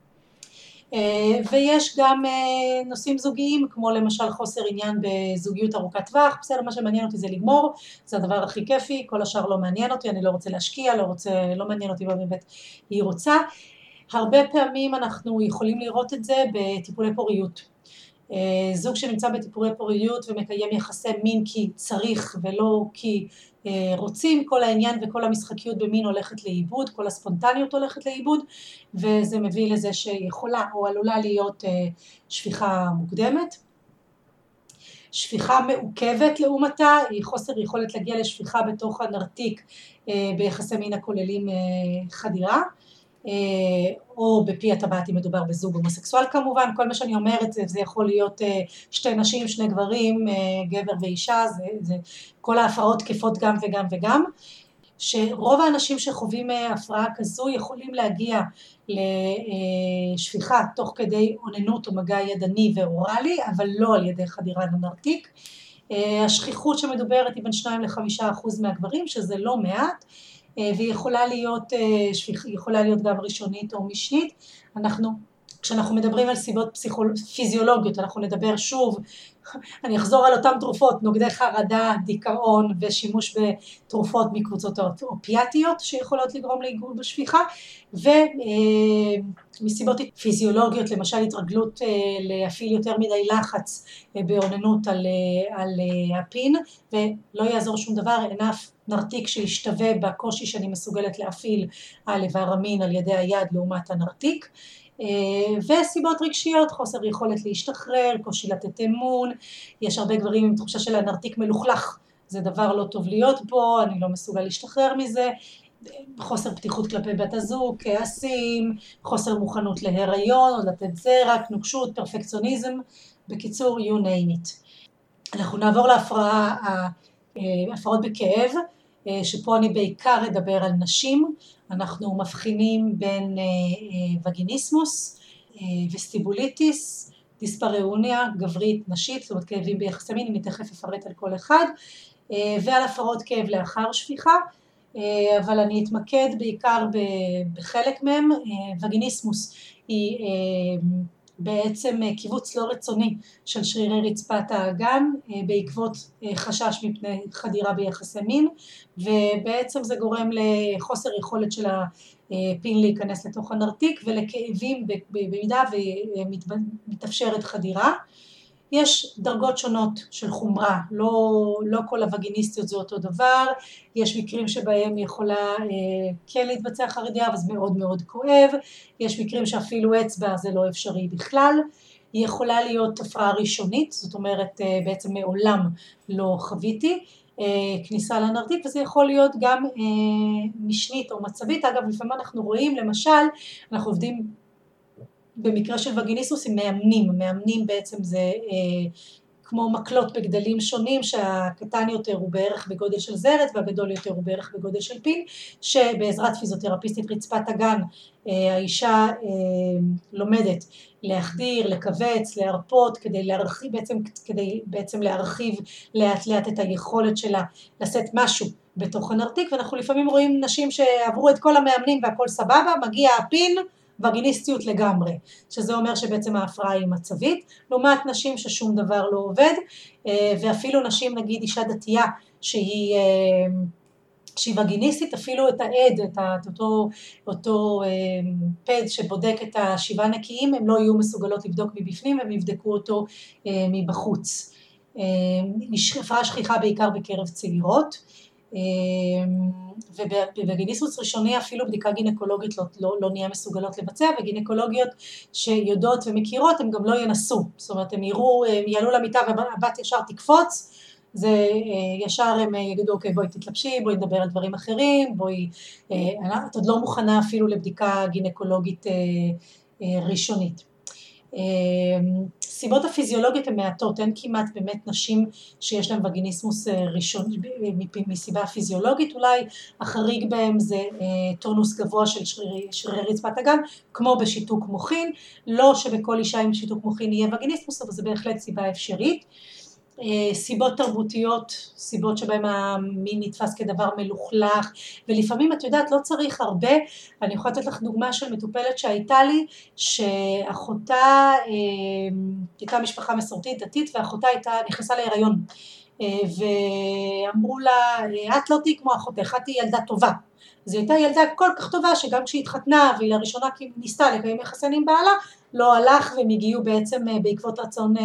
ויש גם נושאים זוגיים, כמו למשל חוסר עניין בזוגיות ארוכת טווח, בסדר, מה שמעניין אותי זה לגמור, זה הדבר הכי כיפי, כל השאר לא מעניין אותי, אני לא רוצה להשקיע, לא מעניין אותי מה באמת היא רוצה, הרבה פעמים אנחנו יכולים לראות את זה בטיפולי פוריות, זוג שנמצא בטיפולי פוריות ומקיים יחסי מין כי צריך ולא כי רוצים, כל העניין וכל המשחקיות במין הולכת לאיבוד, כל הספונטניות הולכת לאיבוד, וזה מביא לזה שיכולה או עלולה להיות שפיכה מוקדמת. שפיכה מעוכבת לעומתה היא חוסר יכולת להגיע לשפיכה בתוך הנרתיק ביחסי מין הכוללים חדירה, או בפי הטבעת אם מדובר בזוג הומוסקסואל כמובן. כל מה שאני אומרת זה יכול להיות שתי נשים, שני גברים, גבר ואישה, כל ההפרעות תקפות גם וגם וגם, שרוב האנשים שחווים הפרעה כזו יכולים להגיע לשפיכה תוך כדי אוננות או מגע ידני ואורלי, אבל לא על ידי חדירה לנרתיק. השכיחות שמדוברת היא בין 2-5% מהגברים, שזה לא מעט, והיא יכולה להיות גם ראשונית או משנית. כשאנחנו מדברים על סיבות פיזיולוגיות, אנחנו נדבר שוב, אני אחזור על אותן תרופות, נוגדי חרדה, דיכאון ושימוש בתרופות מקבוצות אופיאטיות שיכולות לגרום לעיגול בשפיכה, ומסיבות פיזיולוגיות, למשל התרגלות להפעיל יותר מדי לחץ באוננות על הפין, ולא יעזור שום דבר, אין אף נרתיק שישתווה בקושי שאני מסוגלת להפעיל על איבר המין על ידי היד לעומת הנרתיק. וסיבות רגשיות, חוסר יכולת להשתחרר, קושי לתת אמון, יש הרבה גברים עם תחושה של הנרתיק מלוכלך, זה דבר לא טוב להיות בו, אני לא מסוגל להשתחרר מזה, חוסר פתיחות כלפי בת הזוג, כעסים, חוסר מוכנות להיריון או לתת זרע, נוקשות, פרפקציוניזם, בקיצור you name it. אנחנו נעבור להפרעות בכאב, שפה אני בעיקר אדבר על נשים. אנחנו מבחינים בין וגיניסמוס וסטיבוליטיס, דיספראוניה, גברית, נשית, זאת אומרת כאבים ביחסי מין, אני תכף אפרט על כל אחד, ועל הפרעות כאב לאחר שפיכה, אבל אני אתמקד בעיקר בחלק מהם. וגיניסמוס היא בעצם קיבוץ לא רצוני של שרירי רצפת האגן בעקבות חשש מפני חדירה ביחסי מין, ובעצם זה גורם לחוסר יכולת של הפין להיכנס לתוך הנרתיק ולכאבים במידה ומתאפשרת חדירה. יש דרגות שונות של חומרה, לא כל הווגיניסטיות זה אותו דבר, יש מקרים שבהם יכולה כן להתבצע חדירה אבל זה מאוד מאוד כואב, יש מקרים שאפילו אצבע זה לא אפשרי בכלל, היא יכולה להיות הפרעה ראשונית, זאת אומרת בעצם מעולם לא חוויתי כניסה לנרתיק, וזה יכול להיות גם משנית או מצבית. אגב לפעמים אנחנו רואים, למשל אנחנו עובדים במקרה של וגיניסמוס עם מאמנים בעצם זה כמו מקלות בגדלים שונים, שהקטן יותר הוא בערך בגודל של זרת והגדול יותר הוא בערך בגודל של פין, שבעזרת פיזיותרפיסטית רצפת אגן האישה לומדת להחדיר, לכווץ, להרפות, כדי בעצם להרחיב לאט לאט את היכולת שלה לשאת משהו בתוך הנרתיק. ואנחנו לפעמים רואים נשים שעברו את כל המאמנים והכל סבבה, מגיע הפין, וגיניסטיות לגמרי, שזה אומר שבעצם ההפרעה היא מצבית, לעומת נשים ששום דבר לא עובד, ואפילו נשים נגיד אישה דתייה שהיא וגיניסטית, אפילו את העד, את אותו פד שבודק את השבעה נקיים, הם לא יהיו מסוגלות לבדוק מבפנים, הם יבדקו אותו מבחוץ. הפרעה שכיחה בעיקר בקרב צעירות, ובווגיניסמוס ראשוני אפילו בדיקה גינקולוגית לא נהיה מסוגלות לבצע, וגינקולוגיות שיודעות ומכירות הם גם לא ינסו, זאת אומרת הם יעלו למיטה והבת ישר תקפוץ, זה ישר הם יגידו אוקיי בואי תתלבשי, בואי נדבר על דברים אחרים, את עוד לא מוכנה אפילו לבדיקה גינקולוגית ראשונית. סיבות הפיזיולוגיות הן מעטות, אין כמעט באמת נשים שיש להן וגיניסמוס ראשון מסיבה פיזיולוגית, אולי החריג בהם זה טונוס גבוה של שרירי רצפת אגן, כמו בשיתוק מוחין, לא שבכל אישה עם שיתוק מוחין יהיה וגיניסמוס, אבל זה בהחלט סיבה אפשרית. סיבות תרבותיות, סיבות שבהם המין נתפס כדבר מלוכלך, ולפעמים את יודעת לא צריך הרבה. אני יכולה לתת לך דוגמה של מטופלת שהייתה לי, שאחותה הייתה משפחה מסורתית דתית, ואחותה נכנסה להיריון, ואמרו לה את לא תהיי כמו אחותך, את היא ילדה טובה. זו הייתה ילדה כל כך טובה שגם כשהיא התחתנה והיא לראשונה ניסתה לקיים יחסים עם בעלה, לא הלך, והם הגיעו בעצם בעקבות רצון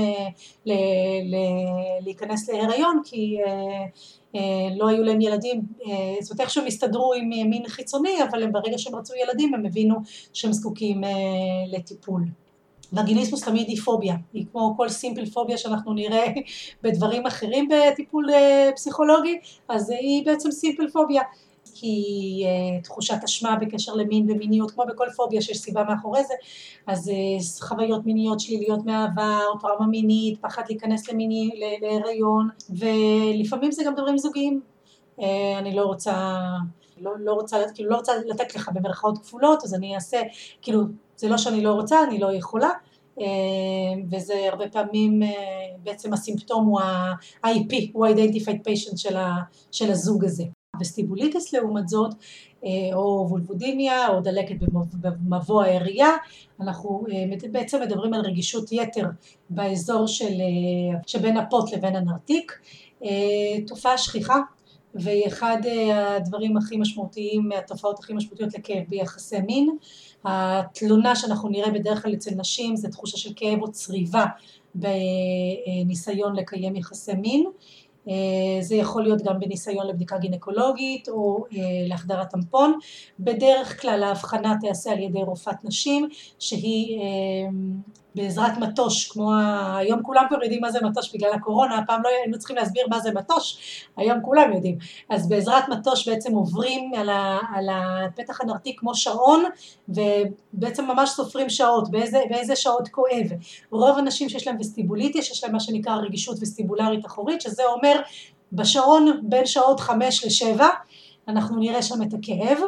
להיכנס להיריון, כי לא היו להם ילדים, זאת אומרת איכשהו הם הסתדרו עם מין חיצוני, אבל הם ברגע שהם רצו ילדים הם הבינו שהם זקוקים לטיפול. וגיניסמוס תמיד היא פוביה, היא כמו כל סימפל פוביה שאנחנו נראה בדברים אחרים בטיפול פסיכולוגי, אז היא בעצם סימפל פוביה, כי תחושת אשמה בקשר למין ומיניות, כמו בכל פוביה שיש סיבה מאחורי זה, אז חוויות מיניות שליליות מהעבר, טראומה מינית, פחד להיכנס להיריון, ולפעמים זה גם דברים זוגיים. אני לא רוצה לתת לך במרכאות כפולות, אז אני אעשה, כאילו, זה לא שאני לא רוצה, אני לא יכולה, וזה הרבה פעמים בעצם הסימפטום הוא ה-IP, הוא ה-Identified Patient של הזוג הזה. וסטיבוליטיס לעומת זאת, או וולבודימיה, או דלקת במבוא העירייה, אנחנו בעצם מדברים על רגישות יתר באזור שבין הפוט לבין הנרתיק, תופעה שכיחה, והיא אחד הדברים הכי משמעותיים, מהתופעות הכי משמעותיות לכאב ביחסי מין. התלונה שאנחנו נראה בדרך כלל אצל נשים זה תחושה של כאב או צריבה בניסיון לקיים יחסי מין. זה יכול להיות גם בניסיון לבדיקה גינקולוגית או להחדרת טמפון. בדרך כלל ההבחנה תיעשה על ידי רופאת נשים שהיא בעזרת מטוש, כמו היום כולם כבר יודעים מה זה מטוש בגלל הקורונה, הפעם לא היינו צריכים להסביר מה זה מטוש, היום כולם יודעים. אז בעזרת מטוש בעצם עוברים על הפתח הנרתיק כמו שעון, ובעצם ממש סופרים שעות, באיזה שעות כואב. רוב הנשים שיש להם וסטיבוליטיס, יש להם מה שנקרא רגישות וסטיבולרית אחורית, שזה אומר בשעון בין שעות 5 ל-7, אנחנו נראה שם את הכאב,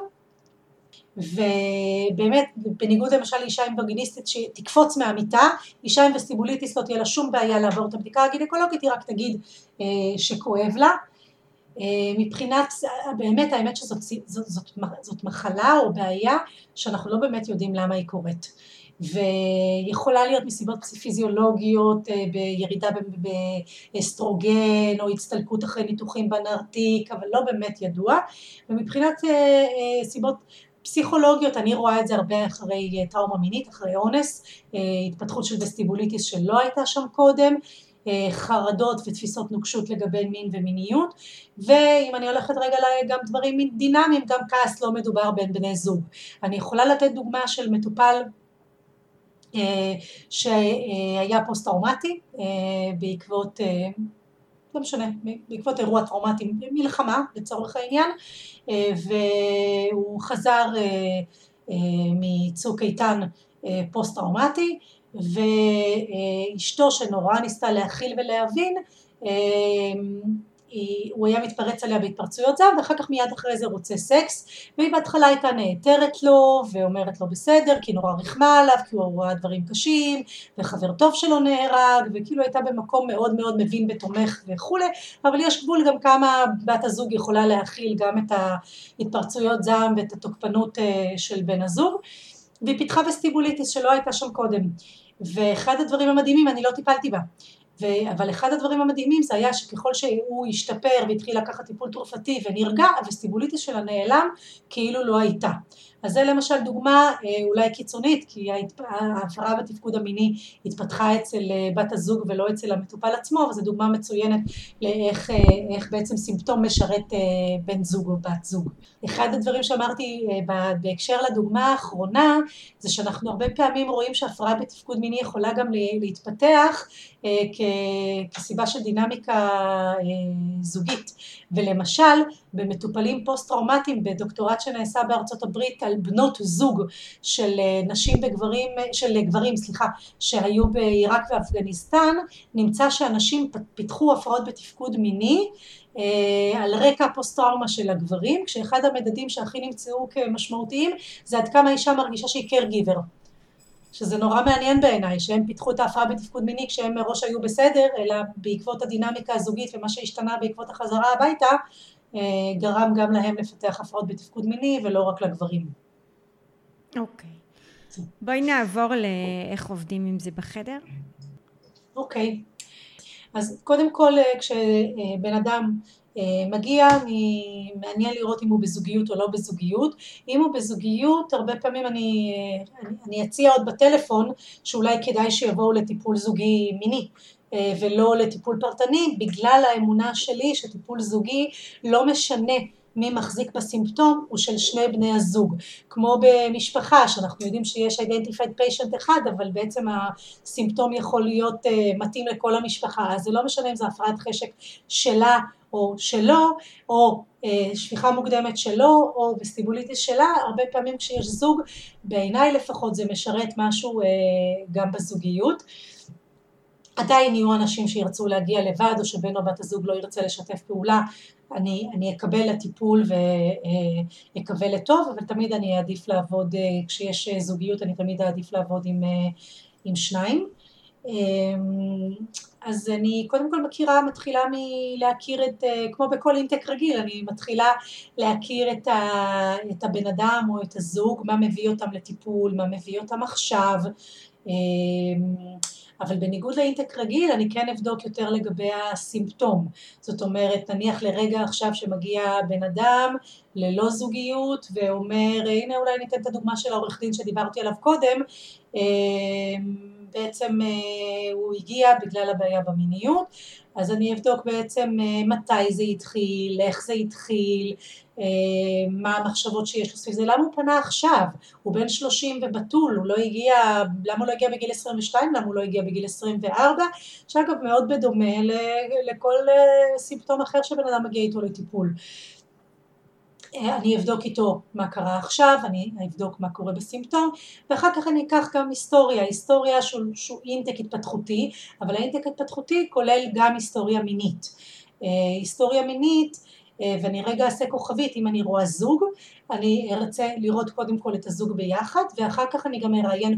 ובאמת בניגוד למשל לאישה עם וגיניסטית שתקפוץ מהמיטה, אישה עם וסטיבוליטיס לא תהיה לה שום בעיה לעבור את הבדיקה הגינקולוגית, היא רק תגיד שכואב לה. מבחינת, באמת האמת שזאת מחלה או בעיה שאנחנו לא באמת יודעים למה היא קורית, ויכולה להיות מסיבות פיזיולוגיות, בירידה באסטרוגן או הצטלקות אחרי ניתוחים בנרתיק, אבל לא באמת ידוע. ומבחינת סיבות פסיכולוגיות, אני רואה את זה הרבה אחרי טראומה מינית, אחרי אונס, התפתחות של וסטיבוליטיס שלא הייתה שם קודם, חרדות ותפיסות נוקשות לגבי מין ומיניות, ואם אני הולכת רגע גם דברים דינמיים, גם כעס לא מדובר בין בני זוג. אני יכולה לתת דוגמה של מטופל שהיה פוסט-טראומטי בעקבות, לא משנה, בעקבות אירוע טראומטי, מלחמה לצורך העניין, והוא חזר מצוק איתן פוסט-טראומטי, ואשתו שנורא ניסתה להכיל ולהבין, הוא היה מתפרץ עליה בהתפרצויות זעם, ואחר כך מיד אחרי זה רוצה סקס, והיא בהתחלה הייתה נעתרת לו, ואומרת לו בסדר, כי נורא רחמה עליו, כי הוא רואה דברים קשים, וחבר טוב שלו נהרג, וכאילו הייתה במקום מאוד מאוד מבין ותומך וכו', אבל יש גבול גם כמה בת הזוג יכולה להכיל גם את ההתפרצויות זעם, ואת התוקפנות של בן הזוג, והיא פיתחה וסטיבוליטיס שלא הייתה שם קודם, ואחד הדברים המדהימים, אני לא טיפלתי בה, אבל אחד הדברים המדהימים זה היה שככל שהוא השתפר והתחיל לקחת טיפול תרופתי ונרגע, הווסטיבוליטיס שלה נעלם כאילו לא הייתה. אז זה למשל דוגמה אולי קיצונית, כי ההפרעה בתפקוד המיני התפתחה אצל בת הזוג ולא אצל המטופל עצמו, וזו דוגמה מצוינת לאיך בעצם סימפטום משרת בן זוג או בת זוג. אחד הדברים שאמרתי בהקשר לדוגמה האחרונה, זה שאנחנו הרבה פעמים רואים שהפרעה בתפקוד מיני יכולה גם להתפתח כסיבה של דינמיקה זוגית, ולמשל במטופלים פוסט-טראומטיים בדוקטורט שנעשה בארצות הברית על בנות זוג של נשים של גברים שהיו בעיראק ואפגניסטן, נמצא שאנשים פיתחו הפרעות בתפקוד מיני על רקע הפוסט-טראומה של הגברים, כשאחד המדדים שהכי נמצאו כמשמעותיים זה עד כמה אישה מרגישה שהיא caregiver, שזה נורא מעניין בעיניי, שהם פיתחו את ההפרעה בתפקוד מיני כשהם מראש היו בסדר, אלא בעקבות הדינמיקה הזוגית ומה שהשתנה בעקבות החזרה הביתה, גרם גם להם לפתח הפרעות בתפקוד מיני ולא רק לגברים. אוקיי. בואי נעבור לאיך עובדים עם זה בחדר. אוקיי. אז קודם כל כשבן אדם מגיע, מעניין לראות אם הוא בזוגיות או לא בזוגיות. אם הוא בזוגיות, הרבה פעמים אני אציע עוד בטלפון שאולי כדאי שיבואו לטיפול זוגי מיני ולא לטיפול פרטני, בגלל האמונה שלי שטיפול זוגי לא משנה מי מחזיק בסימפטום הוא של שני בני הזוג, כמו במשפחה שאנחנו יודעים שיש identified patient אחד, אבל בעצם הסימפטום יכול להיות מתאים לכל המשפחה, אז זה לא משנה אם זה הפרעת חשק שלה או שלו, או שפיכה מוקדמת שלו, או וסטיבוליטיס שלה. הרבה פעמים כשיש זוג, בעיניי לפחות זה משרת משהו גם בזוגיות. עדיין יהיו אנשים שירצו להגיע לבד, או שבן או בת הזוג לא ירצה לשתף פעולה, אני אקבל לטיפול ואקבל לטוב, אבל תמיד אני אעדיף לעבוד, כשיש זוגיות אני תמיד אעדיף לעבוד עם שניים. אז אני קודם כל מתחילה מלהכיר כמו בכל אינטק רגיל, אני מתחילה להכיר את הבן אדם או את הזוג, מה מביא אותם לטיפול, מה מביא אותם עכשיו, אבל בניגוד לאינטק רגיל אני כן אבדוק יותר לגבי הסימפטום. זאת אומרת, נניח לרגע עכשיו שמגיע בן אדם ללא זוגיות ואומר, הנה אולי ניתן את הדוגמה של העורך דין שדיברתי עליו קודם, בעצם הוא הגיע בגלל הבעיה במיניות, אז אני אבדוק בעצם מתי זה התחיל, איך זה התחיל, מה המחשבות שיש לו סביב זה, למה הוא פנה עכשיו, הוא בן 30 ובטול, הוא לא הגיע, למה הוא לא הגיע בגיל 22, למה הוא לא הגיע בגיל 24, שאגב מאוד בדומה לכל סימפטום אחר שבן אדם מגיע איתו לטיפול. אני אבדוק איתו מה קרה עכשיו, אני אבדוק מה קורה בסימפטום, ואחר כך אני אקח גם היסטוריה שהוא אינטק התפתחותי, אבל האינטק התפתחותי כולל גם היסטוריה מינית. היסטוריה מינית, ואני רגע אעשה כוכבית, אם אני רואה זוג, אני ארצה לראות קודם כל את הזוג ביחד, ואחר כך אני גם אראיין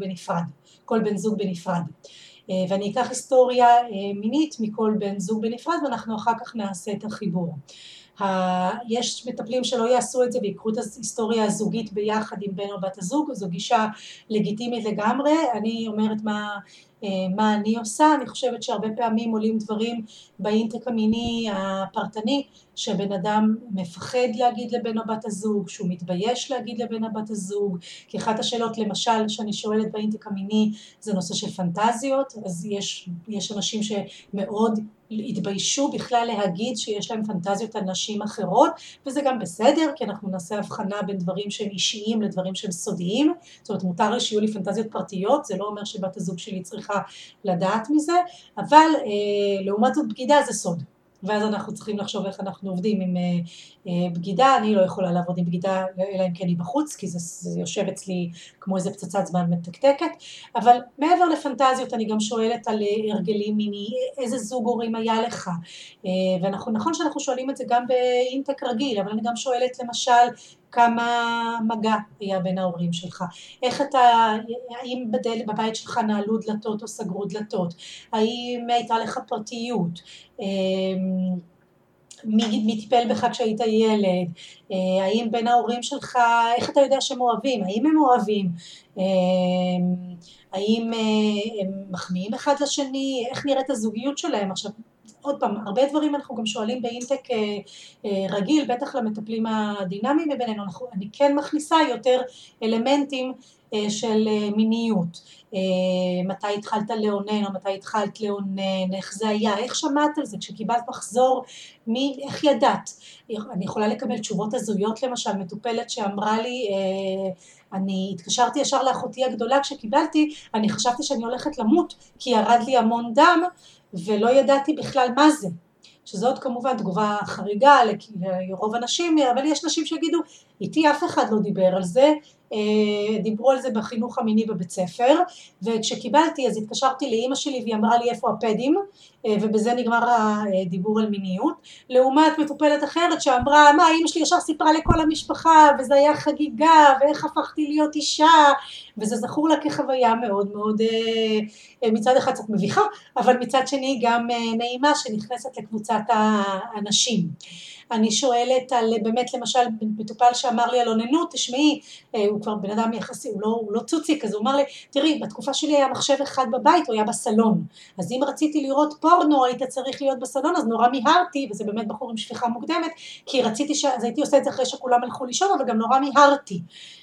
כל בן זוג בנפרד. ואני אקח היסטוריה מינית מכל בן זוג בנפרד, ואנחנו אחר כך נעשה את החיבור. יש מטפלים שלא יעשו את זה ויקחו את ההיסטוריה הזוגית ביחד עם בן או בת הזוג, זו גישה לגיטימית לגמרי. אני אומרת מה אני עושה, אני חושבת שהרבה פעמים עולים דברים באינטק המיני הפרטני, שבן אדם מפחד להגיד לבן או בת הזוג, שהוא מתבייש להגיד לבן או בת הזוג, כי אחת השאלות למשל שאני שואלת באינטק המיני זה נושא של פנטזיות, אז יש אנשים שמאוד התביישו בכלל להגיד שיש להם פנטזיות על נשים אחרות, וזה גם בסדר, כי אנחנו נעשה הבחנה בין דברים שהם אישיים לדברים שהם סודיים, זאת אומרת מותר לי שיהיו לי פנטזיות פרטיות, זה לא אומר שבת הזוג שלי צריכה לדעת מזה, אבל לעומת זאת בגידה זה סוד, ואז אנחנו צריכים לחשוב איך אנחנו עובדים עם בגידה. אני לא יכולה לעבוד עם בגידה אלא אם כן היא בחוץ, כי זה יושב אצלי כמו איזה פצצת זמן מתקתקת, אבל מעבר לפנטזיות אני גם שואלת על הרגלים מיני, איזה זוג הורים היה לך, ונכון שאנחנו שואלים את זה גם באינטק רגיל, אבל אני גם שואלת למשל כמה מגע היה בין ההורים שלך, האם בבית שלך נעלו דלתות או סגרו דלתות, האם הייתה לך פרטיות, מי טיפל בך כשהיית ילד, האם בין ההורים שלך, איך אתה יודע שהם אוהבים, האם הם אוהבים, האם הם מחמיאים אחד לשני, איך נראית הזוגיות שלהם. עכשיו עוד פעם, הרבה דברים אנחנו גם שואלים באינטק רגיל, בטח למטפלים הדינמיים מבינינו, אני כן מכניסה יותר אלמנטים של מיניות, מתי התחלת לאונן או מתי התחלת לאונן, איך זה היה, איך שמעת על זה, כשקיבלת מחזור, איך ידעת. אני יכולה לקבל תשובות הזויות, למשל מטופלת שאמרה לי, אני התקשרתי ישר לאחותי הגדולה כשקיבלתי, אני חשבתי שאני הולכת למות כי ירד לי המון דם ולא ידעתי בכלל מה זה, שזאת כמובן תגובה חריגה לרוב אנשים, אבל יש נשים שיגידו, איתי אף אחד לא דיבר על זה, דיברו על זה בחינוך המיני בבית ספר, וכשקיבלתי אז התקשרתי לאמא שלי והיא אמרה לי איפה הפדים, ובזה נגמר הדיבור על מיניות, לעומת מטופלת אחרת שאמרה, מה אמא שלי ישר סיפרה לכל המשפחה, וזה היה חגיגה, ואיך הפכתי להיות אישה, וזה זכור לה כחוויה מאוד מאוד, מצד אחד קצת מביכה, אבל מצד שני גם נעימה שנכנסת לקבוצת האנשים. אני שואלת על באמת למשל מטופל שאמר לי על אוננות, תשמעי, הוא כבר בן אדם יחסי, הוא לא צוציק, אז הוא אמר לי, תראי, בתקופה שלי היה מחשב אחד בבית, הוא היה בסלון, אז אם רציתי לראות פורנו, היית צריך להיות בסלון, אז נורא מיהרתי, וזה באמת בחור עם שפיכה מוקדמת, כי רציתי אז הייתי עושה את זה אחרי שכולם הלכו לישון, אבל גם נורא מיהרתי.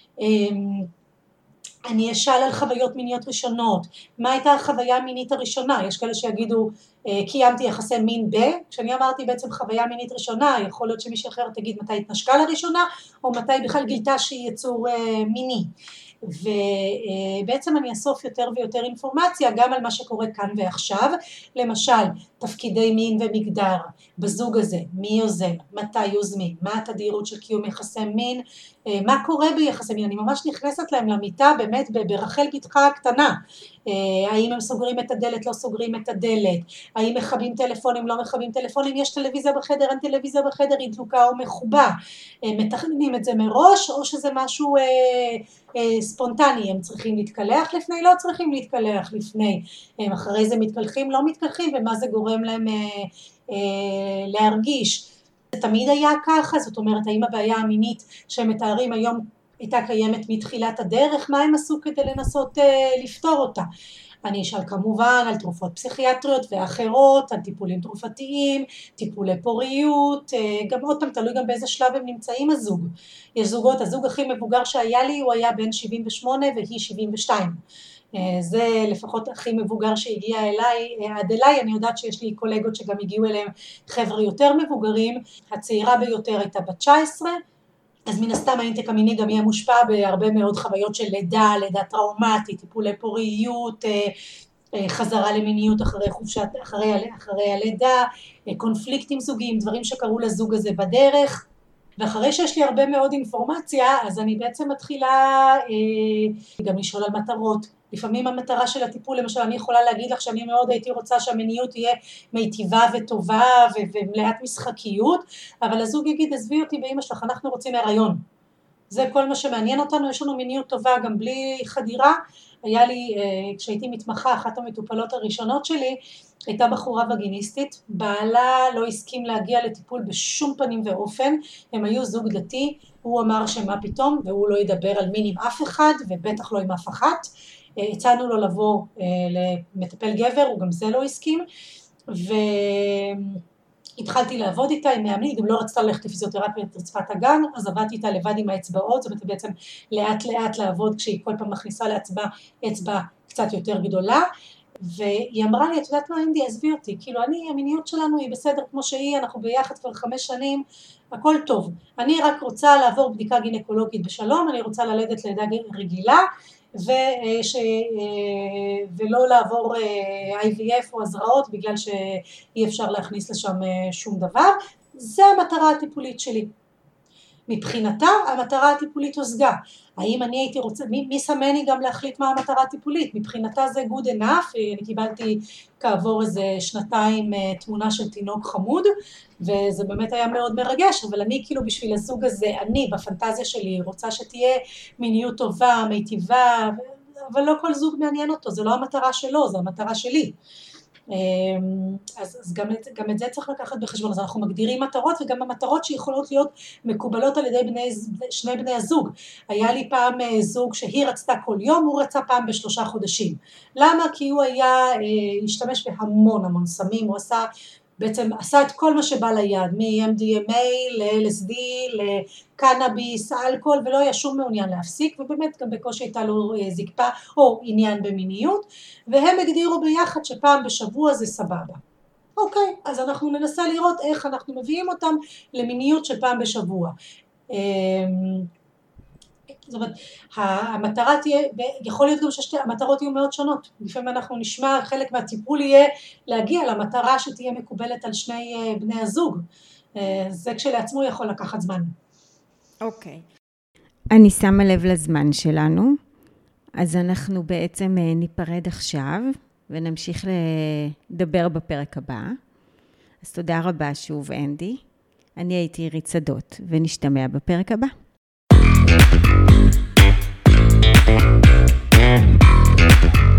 אני אשאל על חוויות מיניות ראשונות, מה הייתה החוויה המינית הראשונה? יש כאלה שיגידו, קיימתי יחסי מין כשאני אמרתי בעצם חוויה מינית ראשונה, יכול להיות שמישהו אחר תגיד מתי התנשקה לראשונה, או מתי בכלל גילתה שהיא יצור מיני. ובעצם אני אסוף יותר ויותר אינפורמציה גם על מה שקורה כאן ועכשיו, למשל תפקידי מין ומגדר בזוג הזה, מי יוזם, מתי יוזמים, מה התדירות של קיום יחסי מין, מה קורה ביחסי מין, אני ממש נכנסת להם למיטה באמת ברחל בתך הקטנה, האם הם סוגרים את הדלת, לא סוגרים את הדלת, האם מכבים טלפונים, לא מכבים טלפונים, יש טלוויזיה בחדר, אין טלוויזיה בחדר, היא דלוקה או מחובה, מתכננים את זה מראש או שזה משהו ספונטני, הם צריכים להתקלח לפני, לא צריכים להתקלח לפני, הם אחרי זה מתקלחים, לא מתקלחים, ומה זה גורם להם להרגיש. זה תמיד היה ככה, זאת אומרת, האם הבעיה המינית שהם מתארים היום הייתה קיימת מתחילת הדרך, מה הם עשו כדי לנסות לפתור אותה? אני אשאל כמובן על תרופות פסיכיאטריות ואחרות, על טיפולים תרופתיים, טיפולי פוריות, גם עוד פעם תלוי גם באיזה שלב הם נמצאים הזוג. יש זוגות, הזוג הכי מבוגר שהיה לי הוא היה בן 78 והיא 72. זה לפחות הכי מבוגר שהגיע עד אליי, אני יודעת שיש לי קולגות שגם הגיעו אליהם חבר'ה יותר מבוגרים, הצעירה ביותר הייתה בת 19, אז מן הסתם האינטק המיני גם יהיה מושפע בהרבה מאוד חוויות של לידה טראומטית, טיפולי פוריות, חזרה למיניות אחרי הלידה, קונפליקטים זוגיים, דברים שקרו לזוג הזה בדרך, ואחרי שיש לי הרבה מאוד אינפורמציה, אז אני בעצם מתחילה גם לשאול על מטרות. לפעמים המטרה של הטיפול, למשל אני יכולה להגיד לך שאני מאוד הייתי רוצה שהמיניות תהיה מיטיבה וטובה ומלאת משחקיות, אבל הזוג יגיד, עזבי אותי באמא שלך, אנחנו רוצים הריון. זה כל מה שמעניין אותנו, יש לנו מיניות טובה גם בלי חדירה. היה לי, כשהייתי מתמחה, אחת המטופלות הראשונות שלי, הייתה בחורה וגיניסטית, בעלה לא הסכים להגיע לטיפול בשום פנים ואופן, הם היו זוג דתי, הוא אמר שמה פתאום, והוא לא ידבר על מין עם אף אחד, ובטח לא עם אף אחת, הצענו לו לבוא למטפל גבר, הוא גם זה לא הסכים, והתחלתי לעבוד איתה עם מאמנים, היא גם לא רצתה ללכת לפיזיותרפיה את רצפת הגן, אז עבדתי איתה לבד עם האצבעות, זאת אומרת בעצם לאט לאט לעבוד, כשהיא כל פעם מכניסה לעצמה אצבע קצת יותר גדולה, והיא אמרה לי, את יודעת מה אינדי, עזבי אותי, כאילו המיניות שלנו היא בסדר כמו שהיא, אנחנו ביחד כבר 5 שנים, הכל טוב, אני רק רוצה לעבור בדיקה גינקולוגית בשלום, אני רוצה ללדת לידה רגילה, ולא לעבור IVF או הזרעות בגלל שאי אפשר להכניס לשם שום דבר, זה המטרה הטיפולית שלי. מבחינתה המטרה הטיפולית הושגה, האם אני הייתי רוצה, מי סמני גם להחליט מה המטרה הטיפולית, מבחינתה זה good enough, אני קיבלתי כעבור איזה 2 תמונה של תינוק חמוד, וזה באמת היה מאוד מרגש, אבל אני כאילו בשביל הזוג הזה, אני בפנטזיה שלי רוצה שתהיה מיניות טובה, מיטיבה, אבל לא כל זוג מעניין אותו, זה לא המטרה שלו, זה המטרה שלי. אז גם את זה צריך לקחת בחשבון, אז אנחנו מגדירים מטרות, וגם המטרות שיכולות להיות מקובלות על ידי שני בני הזוג. היה לי פעם זוג שהיא רצתה כל יום, הוא רצה פעם ב3 חודשים. למה? כי הוא השתמש בהמון סמים, הוא בעצם עשה את כל מה שבא ליד, מ-MDMA ל-LSD, לקנאביס, אלכוהול, ולא היה שום מעוניין להפסיק, ובאמת גם בקושי הייתה לו זקפה או עניין במיניות, והם הגדירו ביחד שפעם בשבוע זה סבבה. אוקיי, אז אנחנו ננסה לראות איך אנחנו מביאים אותם למיניות של פעם בשבוע. זאת אומרת, המטרה תהיה, יכול להיות גם שהמטרות יהיו מאוד שונות, לפעמים אנחנו נשמע, חלק מהטיפול יהיה להגיע למטרה שתהיה מקובלת על שני בני הזוג, זה כשלעצמו יכול לקחת זמן. אוקיי. אני שמה לב לזמן שלנו, אז אנחנו בעצם ניפרד עכשיו, ונמשיך לדבר בפרק הבא, אז תודה רבה שוב אנדי, אני הייתי עירית שדות, ונשתמע בפרק הבא. Thank you.